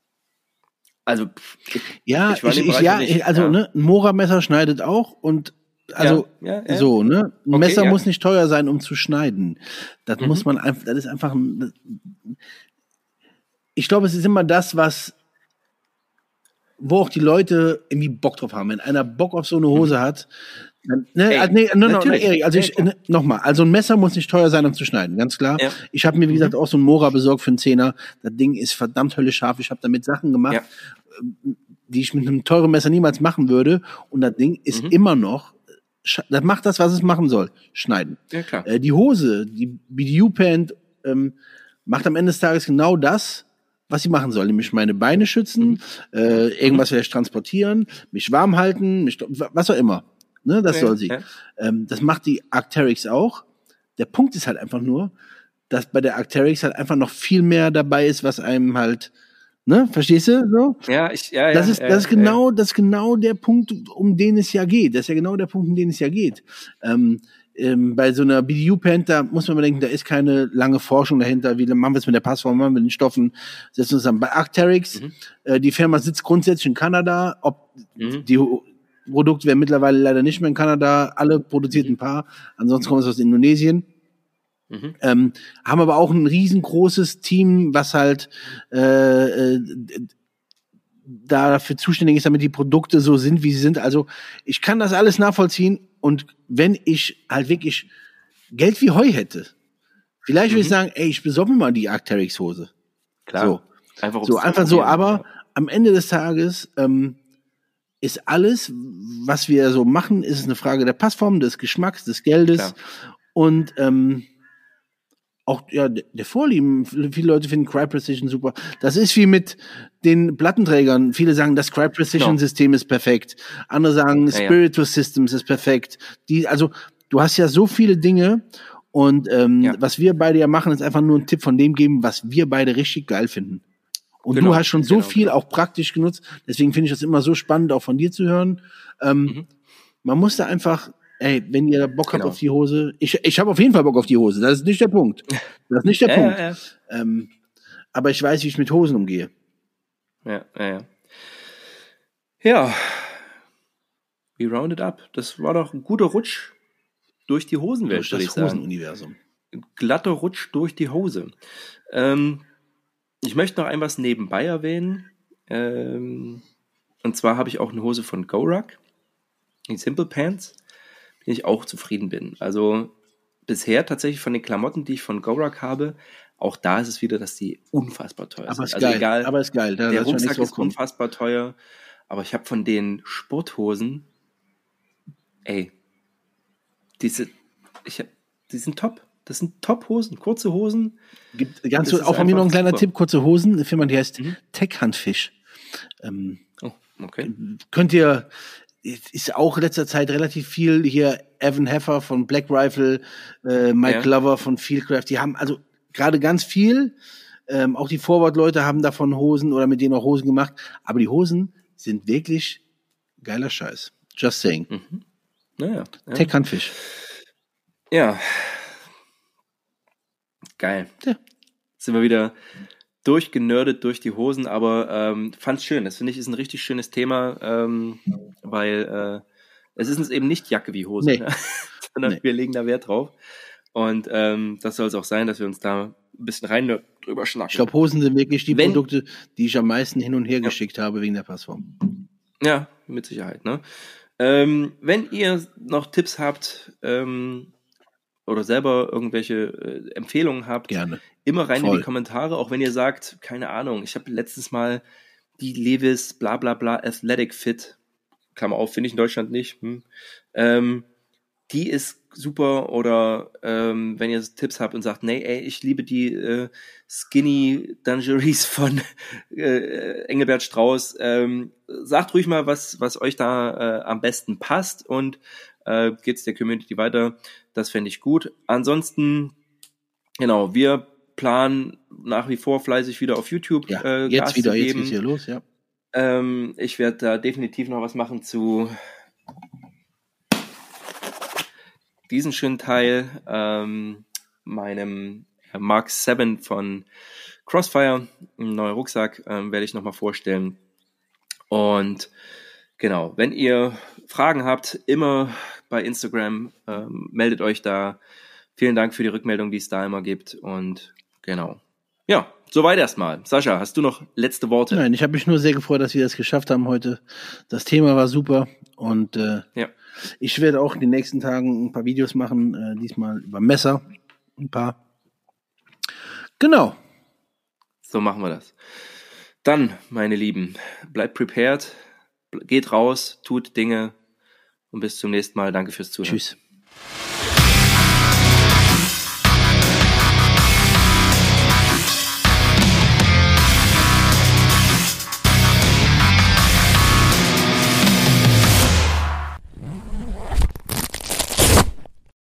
Mora-Messer schneidet auch und so, ne? Ein Messer muss nicht teuer sein, um zu schneiden. Das muss man einfach, das ist einfach, ich glaube, es ist immer das, wo auch die Leute irgendwie Bock drauf haben. Wenn einer Bock auf so eine Hose hat, Erik, also nochmal, also ein Messer muss nicht teuer sein, um zu schneiden, ganz klar. Ja. Ich habe mir, wie gesagt, auch so ein Mora besorgt für einen Zehner. Das Ding ist verdammt höllisch scharf. Ich habe damit Sachen gemacht, die ich mit einem teuren Messer niemals machen würde. Und das Ding ist immer noch, das macht das, was es machen soll. Schneiden. Ja, klar. Die Hose, die BDU-Pant, macht am Ende des Tages genau das, was sie machen soll, nämlich meine Beine schützen, irgendwas vielleicht transportieren, mich warm halten, was auch immer. Ne, das soll sie. Das macht die Arc'teryx auch. Der Punkt ist halt einfach nur, dass bei der Arc'teryx halt einfach noch viel mehr dabei ist, was einem halt, ne, verstehst du so? Das ist genau der Punkt, um den es ja geht. Das ist ja genau der Punkt, um den es ja geht. Bei so einer BDU-Pant, da muss man mal denken, da ist keine lange Forschung dahinter. Wie machen wir es mit der Passform, machen wir mit den Stoffen, setzen wir uns zusammen. Bei Arc'teryx, die Firma sitzt grundsätzlich in Kanada, die Produkte werden mittlerweile leider nicht mehr in Kanada, alle produziert ein paar, ansonsten kommen es aus Indonesien. Haben aber auch ein riesengroßes Team, was halt dafür zuständig ist, damit die Produkte so sind, wie sie sind. Also ich kann das alles nachvollziehen und wenn ich halt wirklich Geld wie Heu hätte, vielleicht würde ich sagen, ey, ich besorge mir mal die Arc'teryx-Hose. Klar. So. Einfach so, aber am Ende des Tages ist alles, was wir so machen, ist eine Frage der Passform, des Geschmacks, des Geldes und auch der Vorlieben. Viele Leute finden Cry Precision super. Das ist wie mit den Plattenträgern. Viele sagen, das Cry Precision System ist perfekt. Andere sagen, Spiritus Systems ist perfekt. Also du hast ja so viele Dinge und was wir beide ja machen, ist einfach nur einen Tipp von dem geben, was wir beide richtig geil finden. Und du hast schon so viel auch praktisch genutzt. Deswegen finde ich das immer so spannend, auch von dir zu hören. Man muss da einfach, wenn ihr Bock habt auf die Hose, ich habe auf jeden Fall Bock auf die Hose. Das ist nicht der Punkt. Aber ich weiß, wie ich mit Hosen umgehe. Ja. We rounded up. Das war doch ein guter Rutsch durch die Hosenwelt, würde ich sagen. Das Hosenuniversum. Glatter Rutsch durch die Hose. Ich möchte noch ein was nebenbei erwähnen. Und zwar habe ich auch eine Hose von Goruck, die Simple Pants, mit der ich auch zufrieden bin. Also bisher tatsächlich von den Klamotten, die ich von Goruck habe, auch da ist es wieder, dass die unfassbar teuer sind. Aber ist geil. Der Rucksack ist unfassbar teuer, aber ich habe von den Sporthosen, die sind top. Das sind Top-Hosen, kurze Hosen. Auch von mir noch ein kleiner Tipp, kurze Hosen, eine Firma, die heißt Tech-Handfisch. Okay. Könnt ihr, ist auch in letzter Zeit relativ viel hier, Evan Heffer von Black Rifle, Mike Glover von Fieldcraft, die haben also gerade ganz viel, auch die Forward-Leute haben davon Hosen oder mit denen auch Hosen gemacht, aber die Hosen sind wirklich geiler Scheiß. Just saying. Tech-Handfisch. Ja. Geil. Ja. Sind wir wieder durchgenördet durch die Hosen, aber fand's schön. Das finde ich ist ein richtig schönes Thema, weil es ist uns eben nicht Jacke wie Hose, sondern wir legen da Wert drauf. Und das soll es auch sein, dass wir uns da ein bisschen rein drüber schnacken. Ich glaube, Hosen sind wirklich die Produkte, die ich am meisten hin und her geschickt habe wegen der Passform. Ja, mit Sicherheit. Ne? Wenn ihr noch Tipps habt, oder selber irgendwelche Empfehlungen habt, gerne. Immer rein in die Kommentare, auch wenn ihr sagt, keine Ahnung, ich habe letztens mal die Levi's bla bla bla Athletic Fit, Klammer auf, finde ich in Deutschland nicht, die ist super, oder wenn ihr Tipps habt und sagt, ich liebe die Skinny Dungarees von Engelbert Strauß, sagt ruhig mal, was euch da am besten passt und geht's der Community weiter. Das fände ich gut. Ansonsten, wir planen nach wie vor fleißig wieder auf YouTube jetzt geht's hier los, ja. Ich werde da definitiv noch was machen zu diesem schönen Teil, meinem Mark 7 von Crossfire, ein neuer Rucksack, werde ich nochmal vorstellen. Und genau, wenn ihr Fragen habt, immer bei Instagram, meldet euch da. Vielen Dank für die Rückmeldung, die es da immer gibt. Und genau. Ja, soweit erstmal. Sascha, hast du noch letzte Worte? Nein, ich habe mich nur sehr gefreut, dass wir das geschafft haben heute. Das Thema war super. Und ich werde auch in den nächsten Tagen ein paar Videos machen, diesmal über Messer. Ein paar. Genau. So machen wir das. Dann, meine Lieben, bleibt prepared. Geht raus, tut Dinge und bis zum nächsten Mal. Danke fürs Zuhören. Tschüss.